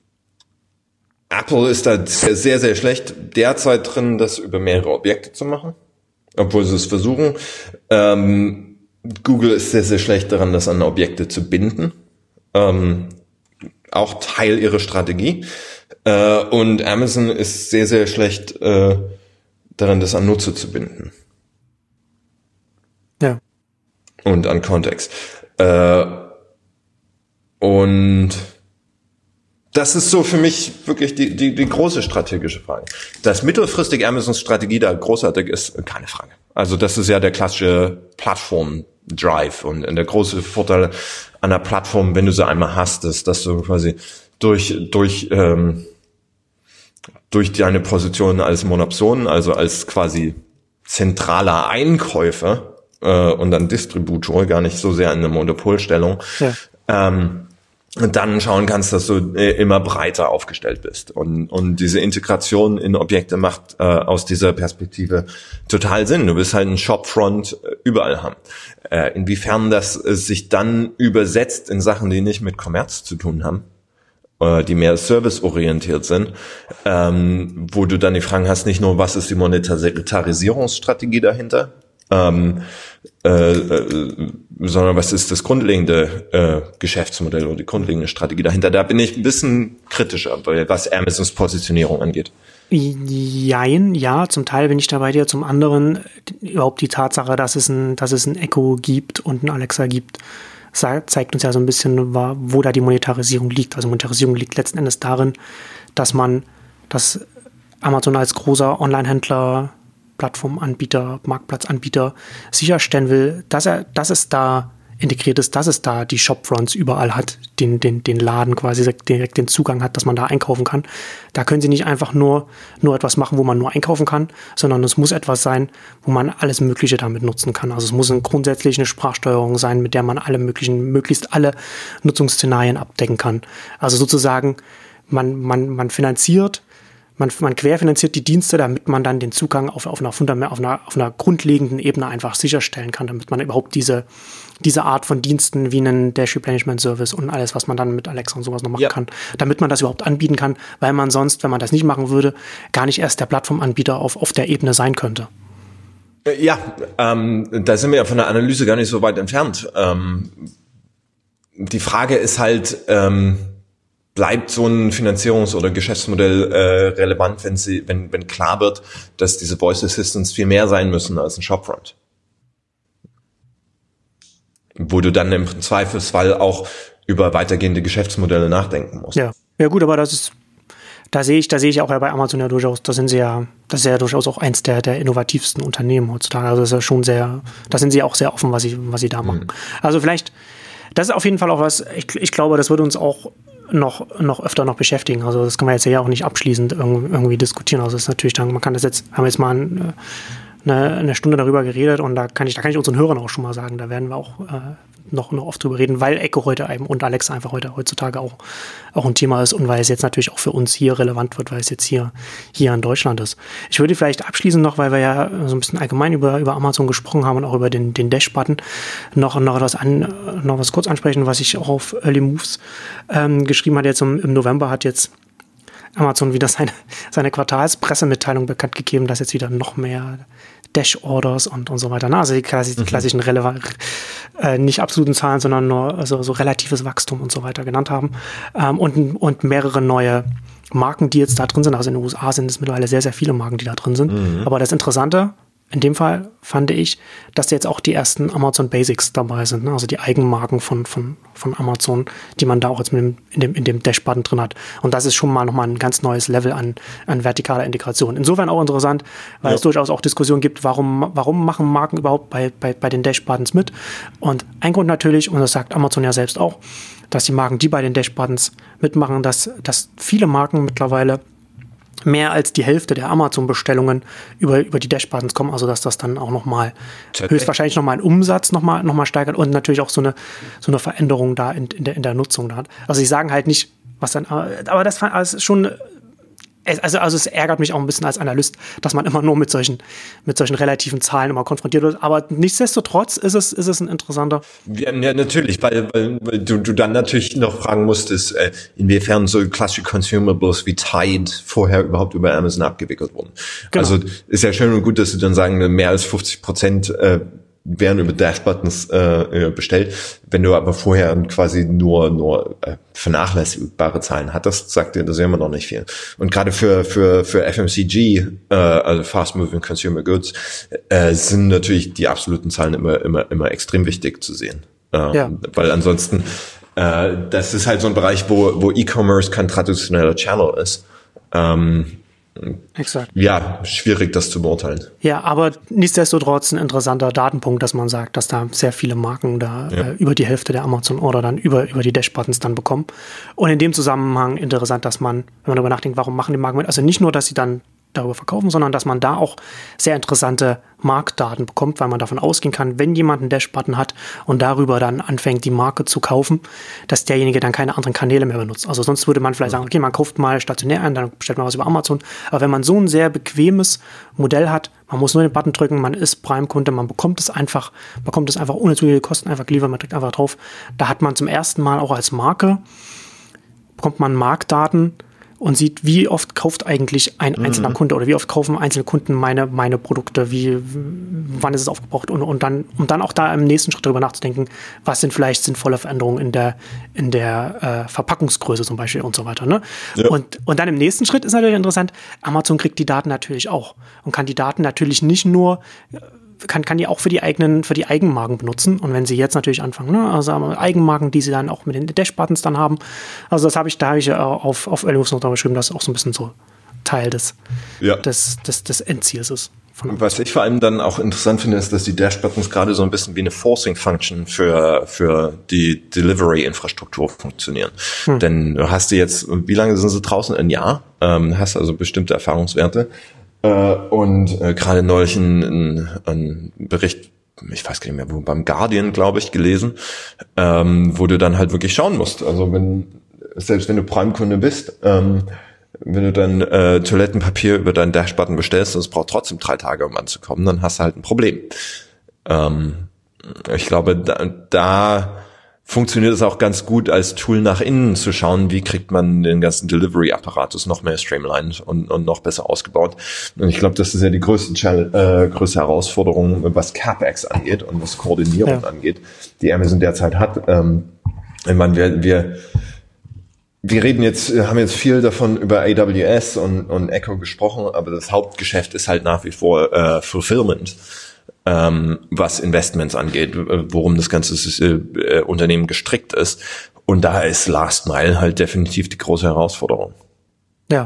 Apple ist da sehr, sehr schlecht derzeit drin, das über mehrere Objekte zu machen. Obwohl sie es versuchen. Ähm, Google ist sehr, sehr schlecht daran, das an Objekte zu binden. Ähm, auch Teil ihrer Strategie. Äh, und Amazon ist sehr, sehr schlecht äh, daran, das an Nutzer zu binden. Ja. Und an Kontext. Äh, und das ist so für mich wirklich die, die, die große strategische Frage. Dass mittelfristig Amazons Strategie da großartig ist, keine Frage. Also das ist ja der klassische Plattform-Drive und der große Vorteil an der Plattform, wenn du sie einmal hast, ist, dass du quasi durch, durch, ähm, durch deine Position als Monopson, also als quasi zentraler Einkäufer äh, und dann Distributor, gar nicht so sehr in einer Monopolstellung, ja. ähm, Und dann schauen kannst, dass du äh, immer breiter aufgestellt bist. Und, und diese Integration in Objekte macht äh, aus dieser Perspektive total Sinn. Du willst halt einen Shopfront äh, überall haben. Äh, inwiefern das äh, sich dann übersetzt in Sachen, die nicht mit Kommerz zu tun haben, äh, die mehr serviceorientiert sind, ähm, wo du dann die Fragen hast, nicht nur, was ist die Monetarisierungsstrategie dahinter, ähm, äh, äh, sondern was ist das grundlegende äh, Geschäftsmodell oder die grundlegende Strategie dahinter. Da bin ich ein bisschen kritischer, was Amazons Positionierung angeht. Jein, ja, zum Teil bin ich da bei dir, zum anderen überhaupt die Tatsache, dass es ein, dass es ein Echo gibt und ein Alexa gibt, zeigt uns ja so ein bisschen, wo da die Monetarisierung liegt. Also Monetarisierung liegt letzten Endes darin, dass man, dass Amazon als großer Online-Händler, Plattformanbieter, Marktplatzanbieter sicherstellen will, dass er, dass es da integriert ist, dass es da die Shopfronts überall hat, den, den, den Laden quasi direkt den Zugang hat, dass man da einkaufen kann. Da können sie nicht einfach nur, nur etwas machen, wo man nur einkaufen kann, sondern es muss etwas sein, wo man alles Mögliche damit nutzen kann. Also es muss eine grundsätzlich eine Sprachsteuerung sein, mit der man alle möglichen, möglichst alle Nutzungsszenarien abdecken kann. Also sozusagen, man, man, man finanziert Man, man querfinanziert die Dienste, damit man dann den Zugang auf, auf, einer, Fundament, auf, einer, auf einer grundlegenden Ebene einfach sicherstellen kann, damit man überhaupt diese, diese Art von Diensten wie einen Dash Replenishment Service und alles, was man dann mit Alexa und sowas noch machen ja. kann, damit man das überhaupt anbieten kann, weil man sonst, wenn man das nicht machen würde, gar nicht erst der Plattformanbieter auf, auf der Ebene sein könnte. Ja, ähm, da sind wir ja von der Analyse gar nicht so weit entfernt. Ähm, die Frage ist halt, ähm, bleibt so ein Finanzierungs- oder Geschäftsmodell äh, relevant, wenn sie, wenn, wenn klar wird, dass diese Voice Assistants viel mehr sein müssen als ein Shopfront. Wo du dann im Zweifelsfall auch über weitergehende Geschäftsmodelle nachdenken musst. Ja, ja gut, aber das ist, da sehe ich, da sehe ich auch ja bei Amazon ja durchaus, da sind sie ja, das ist ja durchaus auch eins der, der innovativsten Unternehmen heutzutage. Also das ist ja schon sehr, da sind sie auch sehr offen, was sie, was sie da machen. Mhm. Also vielleicht, das ist auf jeden Fall auch was, ich, ich glaube, das wird uns auch noch, noch öfter noch beschäftigen. Also das kann man jetzt ja auch nicht abschließend irgendwie diskutieren. Also das ist natürlich dann, man kann das jetzt, haben wir jetzt mal ein, eine, eine Stunde darüber geredet und da kann ich, da kann ich unseren Hörern auch schon mal sagen, da werden wir auch äh, noch, noch oft drüber reden, weil Echo heute eben und Alexa einfach heute heutzutage auch, auch ein Thema ist und weil es jetzt natürlich auch für uns hier relevant wird, weil es jetzt hier, hier in Deutschland ist. Ich würde vielleicht abschließend noch, weil wir ja so ein bisschen allgemein über, über Amazon gesprochen haben und auch über den, den Dash-Button, noch, noch etwas an, noch was kurz ansprechen, was ich auch auf Early Moves ähm, geschrieben hatte. Jetzt im, im November hat jetzt Amazon wieder seine, seine Quartalspressemitteilung bekannt gegeben, dass jetzt wieder noch mehr Dash-Orders und, und so weiter. Na, also die klassischen, mhm. klassischen releva- äh, nicht absoluten Zahlen, sondern nur also so relatives Wachstum und so weiter genannt haben. Ähm, und, und mehrere neue Marken, die jetzt da drin sind. Also in den U S A sind es mittlerweile sehr, sehr viele Marken, die da drin sind. Mhm. Aber das Interessante in dem Fall fand ich, dass jetzt auch die ersten Amazon Basics dabei sind, ne? Also die Eigenmarken von, von, von Amazon, die man da auch jetzt mit dem, in dem, in dem Dash-Button drin hat. Und das ist schon mal nochmal ein ganz neues Level an, an vertikaler Integration. Insofern auch interessant, weil ja. es durchaus auch Diskussionen gibt, warum, warum machen Marken überhaupt bei, bei, bei den Dash-Buttons mit? Und ein Grund natürlich, und das sagt Amazon ja selbst auch, dass die Marken, die bei den Dash-Buttons mitmachen, dass, dass viele Marken mittlerweile mehr als die Hälfte der Amazon-Bestellungen über, über die Dash-Buttons kommen, also dass das dann auch nochmal höchstwahrscheinlich nochmal einen Umsatz nochmal noch mal steigert und natürlich auch so eine, so eine Veränderung da in, in, der, in der Nutzung da hat. Also sie sagen halt nicht, was dann, aber das, das ist schon, also, also es ärgert mich auch ein bisschen als Analyst, dass man immer nur mit solchen, mit solchen relativen Zahlen immer konfrontiert wird, aber nichtsdestotrotz ist es, ist es ein interessanter. Ja, ja natürlich, weil, weil, weil du, du dann natürlich noch fragen musstest, äh, inwiefern so klassische Consumables wie Tide vorher überhaupt über Amazon abgewickelt wurden. Genau. Also ist ja schön und gut, dass sie dann sagen, mehr als fünfzig Prozent äh, werden über Dash-Buttons äh, bestellt. Wenn du aber vorher quasi nur nur äh, vernachlässigbare Zahlen hattest, sagt dir das ja immer noch nicht viel. Und gerade für für für F M C G, äh, also Fast Moving Consumer Goods, äh, sind natürlich die absoluten Zahlen immer immer immer extrem wichtig zu sehen. Äh, ja. Weil ansonsten, äh, das ist halt so ein Bereich, wo wo E-Commerce kein traditioneller Channel ist. Ähm, Exakt. Ja, schwierig, das zu beurteilen. Ja, aber nichtsdestotrotz ein interessanter Datenpunkt, dass man sagt, dass da sehr viele Marken da ja. äh, über die Hälfte der Amazon-Order dann über, über die Dash-Buttons dann bekommen. Und in dem Zusammenhang interessant, dass man, wenn man darüber nachdenkt, warum machen die Marken mit, also nicht nur, dass sie dann darüber verkaufen, sondern dass man da auch sehr interessante Marktdaten bekommt, weil man davon ausgehen kann, wenn jemand einen Dash-Button hat und darüber dann anfängt, die Marke zu kaufen, dass derjenige dann keine anderen Kanäle mehr benutzt. Also sonst würde man vielleicht sagen, okay, man kauft mal stationär ein, dann bestellt man was über Amazon. Aber wenn man so ein sehr bequemes Modell hat, man muss nur den Button drücken, man ist Prime-Kunde, man bekommt es einfach, bekommt es einfach ohne zusätzliche Kosten einfach geliefert, man drückt einfach drauf. Da hat man zum ersten Mal auch als Marke, bekommt man Marktdaten und sieht, wie oft kauft eigentlich ein einzelner mhm. Kunde oder wie oft kaufen einzelne Kunden meine, meine Produkte, wie, wann ist es aufgebraucht und, und dann, um dann auch da im nächsten Schritt darüber nachzudenken, was sind vielleicht sinnvolle Veränderungen in der, in der äh, Verpackungsgröße zum Beispiel und so weiter. Ne? Ja. Und, und dann im nächsten Schritt ist natürlich interessant, Amazon kriegt die Daten natürlich auch und kann die Daten natürlich nicht nur kann, kann die auch für die eigenen, für die Eigenmarken benutzen. Und wenn sie jetzt natürlich anfangen, ne, also Eigenmarken, die sie dann auch mit den Dash-Buttons dann haben. Also das habe ich, da habe ich auf, auf Early Moves noch geschrieben, dass auch so ein bisschen so Teil des, ja. des, des, des Endziels ist. Was ich vor allem dann auch interessant finde, ist, dass die Dash-Buttons gerade so ein bisschen wie eine Forcing-Function für, für die Delivery-Infrastruktur funktionieren. Hm. Denn du hast die jetzt, wie lange sind sie draußen? Ein Jahr? Ähm, hast also bestimmte Erfahrungswerte. Uh, und uh, gerade neulich ein, ein Bericht, ich weiß gar nicht mehr, wo, beim Guardian, glaube ich, gelesen, ähm, wo du dann halt wirklich schauen musst. Also wenn, selbst wenn du Prime-Kunde bist, ähm, wenn du dann äh, Toilettenpapier über deinen Dash-Button bestellst und es braucht trotzdem drei Tage, um anzukommen, dann hast du halt ein Problem. Ähm, ich glaube, da, da funktioniert es auch ganz gut als Tool nach innen zu schauen, wie kriegt man den ganzen Delivery-Apparatus noch mehr streamlined und, und noch besser ausgebaut. Und ich glaube, das ist ja die größte, Challenge, äh, größte Herausforderung, was CapEx angeht und was Koordinierung ja. angeht, die Amazon derzeit hat. Ähm, ich meine, wir, wir, wir reden jetzt, haben jetzt viel davon über A W S und, und Echo gesprochen, aber das Hauptgeschäft ist halt nach wie vor äh, Fulfillment. Ähm, was Investments angeht, worum das ganze äh, Unternehmen gestrickt ist. Und da ist Last Mile halt definitiv die große Herausforderung. Ja.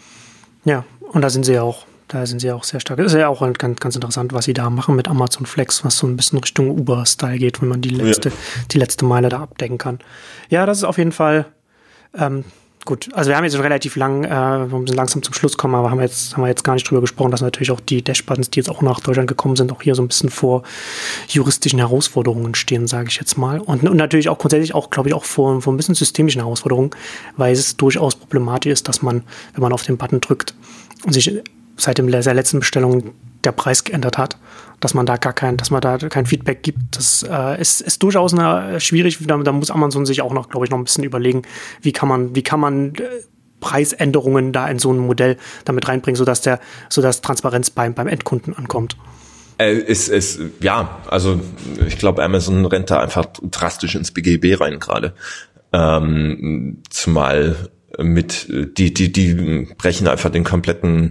Ja, und da sind sie ja auch, da sind sie auch sehr stark. Das ist ja auch ganz, ganz interessant, was sie da machen mit Amazon Flex, was so ein bisschen Richtung Uber-Style geht, wenn man die letzte, ja. die letzte Meile da abdecken kann. Ja, das ist auf jeden Fall ähm, gut. Also wir haben jetzt relativ lang, äh, wir müssen langsam zum Schluss kommen, aber haben wir jetzt, haben wir jetzt gar nicht drüber gesprochen, dass natürlich auch die Dash-Buttons, die jetzt auch nach Deutschland gekommen sind, auch hier so ein bisschen vor juristischen Herausforderungen stehen, sage ich jetzt mal. Und, und natürlich auch grundsätzlich auch, glaube ich, auch vor, vor ein bisschen systemischen Herausforderungen, weil es durchaus problematisch ist, dass man, wenn man auf den Button drückt und sich seit dem, der letzten Bestellung der Preis geändert hat, dass man da gar kein, dass man da kein Feedback gibt. Das äh, ist, ist durchaus eine, schwierig. Da, da muss Amazon sich auch noch, glaube ich, noch ein bisschen überlegen, wie kann man, wie kann man äh, Preisänderungen da in so ein Modell damit reinbringen, sodass der, sodass Transparenz beim, beim Endkunden ankommt. Äh, ist, ist, ja, also ich glaube, Amazon rennt da einfach drastisch ins B G B rein gerade. Ähm, zumal mit, die, die, die brechen einfach den kompletten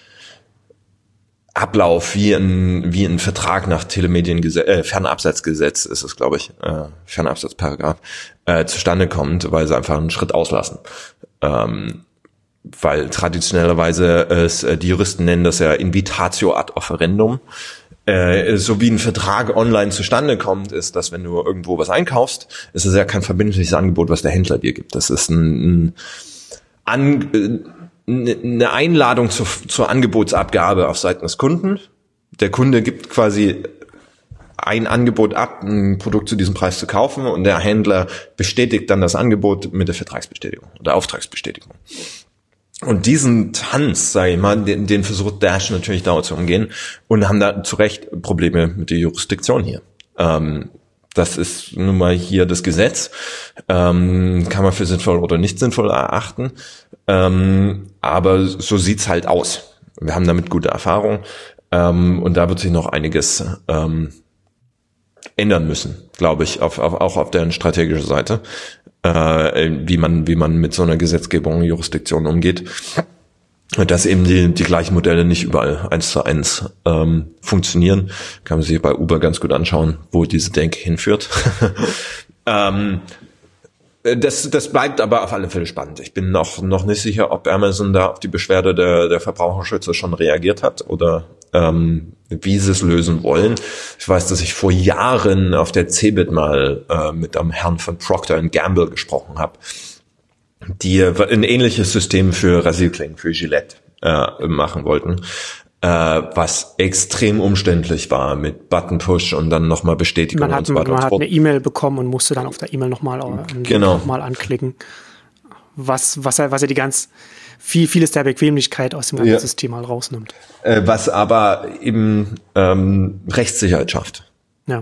Ablauf, wie ein, wie ein Vertrag nach Telemediengesetz, äh, Fernabsatzgesetz ist es, glaube ich, äh, Fernabsatzparagraph, äh, zustande kommt, weil sie einfach einen Schritt auslassen. Ähm, weil traditionellerweise es, äh, die Juristen nennen das ja Invitatio ad offerendum. Äh, so wie ein Vertrag online zustande kommt, ist, dass wenn du irgendwo was einkaufst, ist es ja kein verbindliches Angebot, was der Händler dir gibt. Das ist ein, ein An, äh, eine Einladung zur, zur Angebotsabgabe auf Seiten des Kunden. Der Kunde gibt quasi ein Angebot ab, ein Produkt zu diesem Preis zu kaufen, und der Händler bestätigt dann das Angebot mit der Vertragsbestätigung oder Auftragsbestätigung. Und diesen Tanz, sage ich mal, den, den versucht Dash natürlich dauernd zu umgehen und haben da zu Recht Probleme mit der Jurisdiktion hier. Ähm, Das ist nun mal hier das Gesetz. Ähm, kann man für sinnvoll oder nicht sinnvoll erachten. Ähm, aber so sieht's halt aus. Wir haben damit gute Erfahrung. Ähm, und da wird sich noch einiges ähm, ändern müssen, glaube ich, auf, auf, auch auf deren strategischer Seite, äh, wie man, wie man mit so einer Gesetzgebung, Jurisdiktion umgeht. Dass eben die, die gleichen Modelle nicht überall eins zu eins ähm, funktionieren. Kann man sich bei Uber ganz gut anschauen, wo diese Denke hinführt. ähm, das, das bleibt aber auf alle Fälle spannend. Ich bin noch, noch nicht sicher, ob Amazon da auf die Beschwerde der, der Verbraucherschützer schon reagiert hat oder ähm, wie sie es lösen wollen. Ich weiß, dass ich vor Jahren auf der Cebit mal äh, mit einem Herrn von Procter and Gamble gesprochen habe, die ein ähnliches System für Rasierklingen, für Gillette äh, machen wollten, äh, was extrem umständlich war mit Button-Push und dann nochmal Bestätigung man hat, und so weiter. Man hat eine E-Mail bekommen und musste dann auf der E-Mail nochmal genau. noch mal anklicken, was, was, was ja die ganz viel, vieles der Bequemlichkeit aus dem ganzen ja. System halt rausnimmt. Äh, was aber eben ähm, Rechtssicherheit schafft. Ja.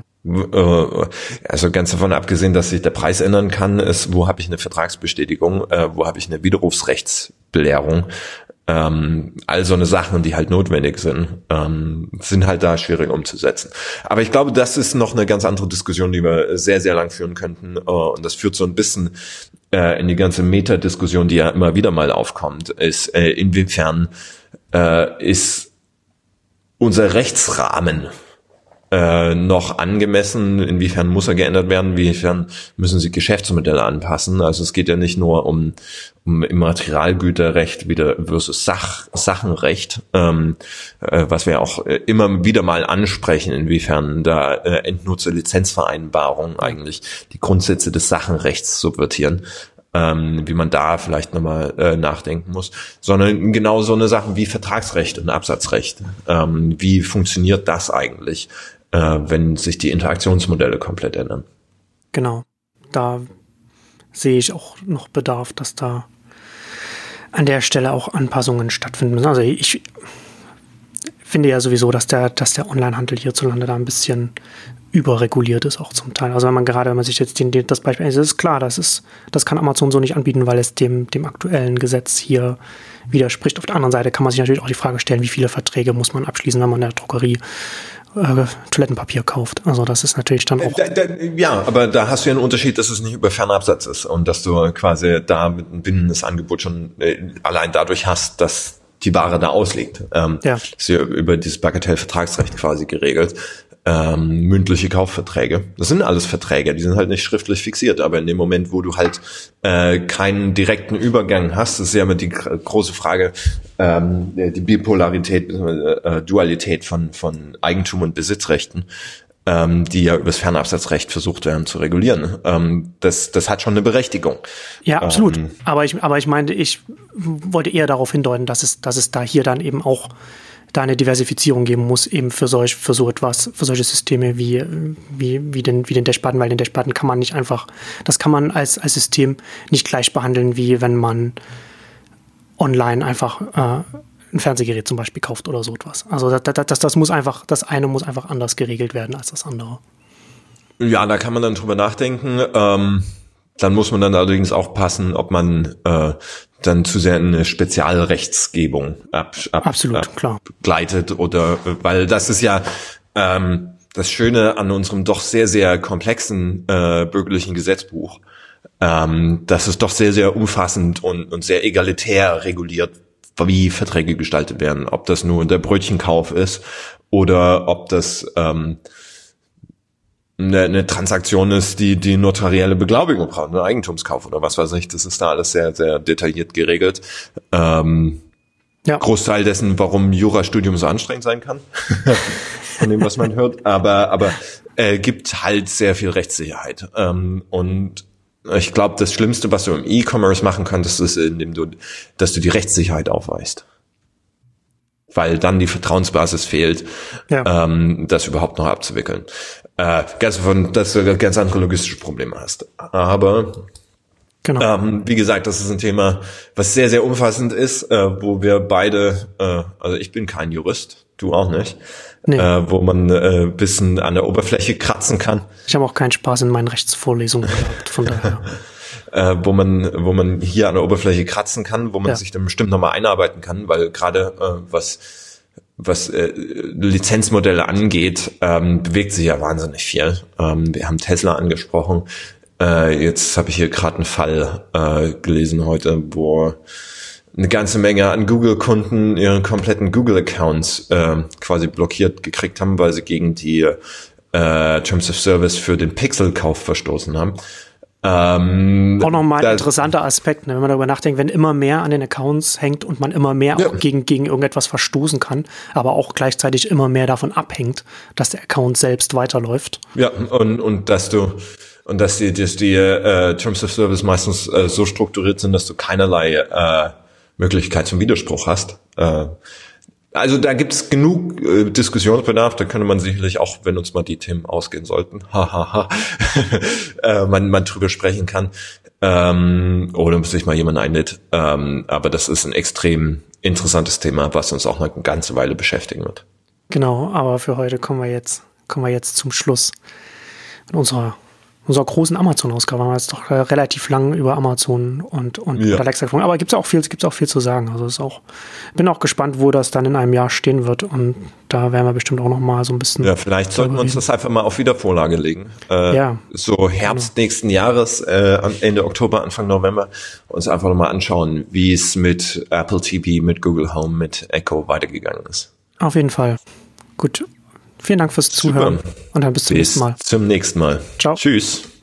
Also ganz davon abgesehen, dass sich der Preis ändern kann, ist, wo habe ich eine Vertragsbestätigung, äh, wo habe ich eine Widerrufsrechtsbelehrung, ähm, all so eine Sachen, die halt notwendig sind, ähm, sind halt da schwierig umzusetzen. Aber ich glaube, das ist noch eine ganz andere Diskussion, die wir sehr, sehr lang führen könnten, äh, und das führt so ein bisschen äh, in die ganze Meta-Diskussion, die ja immer wieder mal aufkommt, ist, äh, inwiefern äh, ist unser Rechtsrahmen Äh, noch angemessen, inwiefern muss er geändert werden, inwiefern müssen sie Geschäftsmodelle anpassen. Also es geht ja nicht nur um, um Immaterialgüterrecht wieder versus Sach, Sachenrecht, ähm, äh, was wir auch äh, immer wieder mal ansprechen, inwiefern da äh, Endnutzer-Lizenzvereinbarungen eigentlich die Grundsätze des Sachenrechts subvertieren. Ähm, wie man da vielleicht nochmal äh, nachdenken muss, sondern genau so eine Sachen wie Vertragsrecht und Absatzrecht. Ähm, wie funktioniert das eigentlich, äh, wenn sich die Interaktionsmodelle komplett ändern? Genau, da sehe ich auch noch Bedarf, dass da an der Stelle auch Anpassungen stattfinden müssen. Also ich finde ja sowieso, dass der, dass der Onlinehandel hierzulande da ein bisschen überreguliert ist auch zum Teil. Also wenn man gerade, wenn man sich jetzt den, den, das Beispiel, das ist klar, das ist, das kann Amazon so nicht anbieten, weil es dem, dem aktuellen Gesetz hier widerspricht. Auf der anderen Seite kann man sich natürlich auch die Frage stellen, wie viele Verträge muss man abschließen, wenn man in der Drogerie äh, Toilettenpapier kauft. Also das ist natürlich dann auch... Da, da, ja, aber da hast du ja einen Unterschied, dass es nicht über Fernabsatz ist und dass du quasi da mit einem bindendes Angebot schon äh, allein dadurch hast, dass die Ware da ausliegt. Ähm, ja. Das ist ja über dieses Bagatellvertragsrecht quasi geregelt. Ähm, mündliche Kaufverträge. Das sind alles Verträge, die sind halt nicht schriftlich fixiert, aber in dem Moment, wo du halt äh, keinen direkten Übergang hast, das ist ja immer die große Frage, ähm, die Bipolarität, äh, Dualität von von Eigentum und Besitzrechten. ähm, die ja übers Fernabsatzrecht versucht werden zu regulieren. Ähm, das, das hat schon eine Berechtigung. Ja, absolut. Ähm, aber ich, aber ich meinte, ich wollte eher darauf hindeuten, dass es, dass es da hier dann eben auch da eine Diversifizierung geben muss, eben für solch, für so etwas, für solche Systeme wie, wie, wie den, wie den Dashbutton, weil den Dashbutton kann man nicht einfach, das kann man als, als System nicht gleich behandeln, wie wenn man online einfach äh, ein Fernsehgerät zum Beispiel kauft oder so etwas. Also das, das, das muss einfach, das eine muss einfach anders geregelt werden als das andere. Ja, da kann man dann drüber nachdenken. Ähm, dann muss man dann allerdings auch passen, ob man äh, dann zu sehr in eine Spezialrechtsgebung ab, ab, Absolut, ab, klar. gleitet oder, weil das ist ja ähm, das Schöne an unserem doch sehr, sehr komplexen äh, bürgerlichen Gesetzbuch, ähm, dass es doch sehr, sehr umfassend und, und sehr egalitär reguliert, wie Verträge gestaltet werden. Ob das nur der Brötchenkauf ist oder ob das ähm, eine, eine Transaktion ist, die die notarielle Beglaubigung braucht, ein Eigentumskauf oder was weiß ich. Das ist da alles sehr, sehr detailliert geregelt. Ähm, ja. Großteil dessen, warum Jurastudium so anstrengend sein kann, von dem, was man hört. Aber aber äh, gibt halt sehr viel Rechtssicherheit. Ähm, und ich glaube, das Schlimmste, was du im E-Commerce machen könntest, ist, indem du, dass du die Rechtssicherheit aufweist. Weil dann die Vertrauensbasis fehlt, ja. ähm, das überhaupt noch abzuwickeln. Äh, ganz von, dass du ganz andere logistische Probleme hast. Aber genau. ähm, wie gesagt, das ist ein Thema, was sehr, sehr umfassend ist, äh, wo wir beide, äh, also ich bin kein Jurist, du auch nicht, nee. äh, wo man äh, ein bisschen an der Oberfläche kratzen kann. Ich habe auch keinen Spaß in meinen Rechtsvorlesungen gehabt, von daher. äh, wo man wo man hier an der Oberfläche kratzen kann, wo man ja. sich dann bestimmt nochmal einarbeiten kann, weil gerade äh, was was äh, Lizenzmodelle angeht, ähm, bewegt sich ja wahnsinnig viel. Ähm, wir haben Tesla angesprochen. Äh, jetzt habe ich hier gerade einen Fall äh, gelesen heute, wo eine ganze Menge an Google-Kunden ihren kompletten Google-Accounts äh, quasi blockiert gekriegt haben, weil sie gegen die äh, Terms of Service für den Pixel-Kauf verstoßen haben. Ähm, auch nochmal ein interessanter Aspekt, ne, wenn man darüber nachdenkt, wenn immer mehr an den Accounts hängt und man immer mehr ja. auch gegen, gegen irgendetwas verstoßen kann, aber auch gleichzeitig immer mehr davon abhängt, dass der Account selbst weiterläuft. Ja, und, und dass du und dass die, dass die äh, Terms of Service meistens äh, so strukturiert sind, dass du keinerlei äh, Möglichkeit zum Widerspruch hast. Äh, Also da gibt es genug äh, Diskussionsbedarf, da könnte man sicherlich auch, wenn uns mal die Themen ausgehen sollten, hahaha, äh, man, man drüber sprechen kann ähm, oder sich mal jemand einlädt. Ähm, aber das ist ein extrem interessantes Thema, was uns auch noch eine ganze Weile beschäftigen wird. Genau, aber für heute kommen wir jetzt, kommen wir jetzt zum Schluss mit unserer unserer großen Amazon-Ausgabe. Haben wir jetzt doch äh, relativ lang über Amazon und, und ja. Alexa gesprochen. Aber gibt es auch viel, gibt's auch viel zu sagen. Also ist auch, bin auch gespannt, wo das dann in einem Jahr stehen wird. Und da werden wir bestimmt auch noch mal so ein bisschen. Ja, vielleicht sollten wir uns das einfach mal auf Wiedervorlage legen. Äh, ja. So Herbst genau. nächsten Jahres, äh, Ende Oktober, Anfang November, uns einfach noch mal anschauen, wie es mit Apple T V, mit Google Home, mit Echo weitergegangen ist. Auf jeden Fall. Gut. Vielen Dank fürs Zuhören. Super. Und dann bis zum bis nächsten Mal. Bis zum nächsten Mal. Ciao. Tschüss.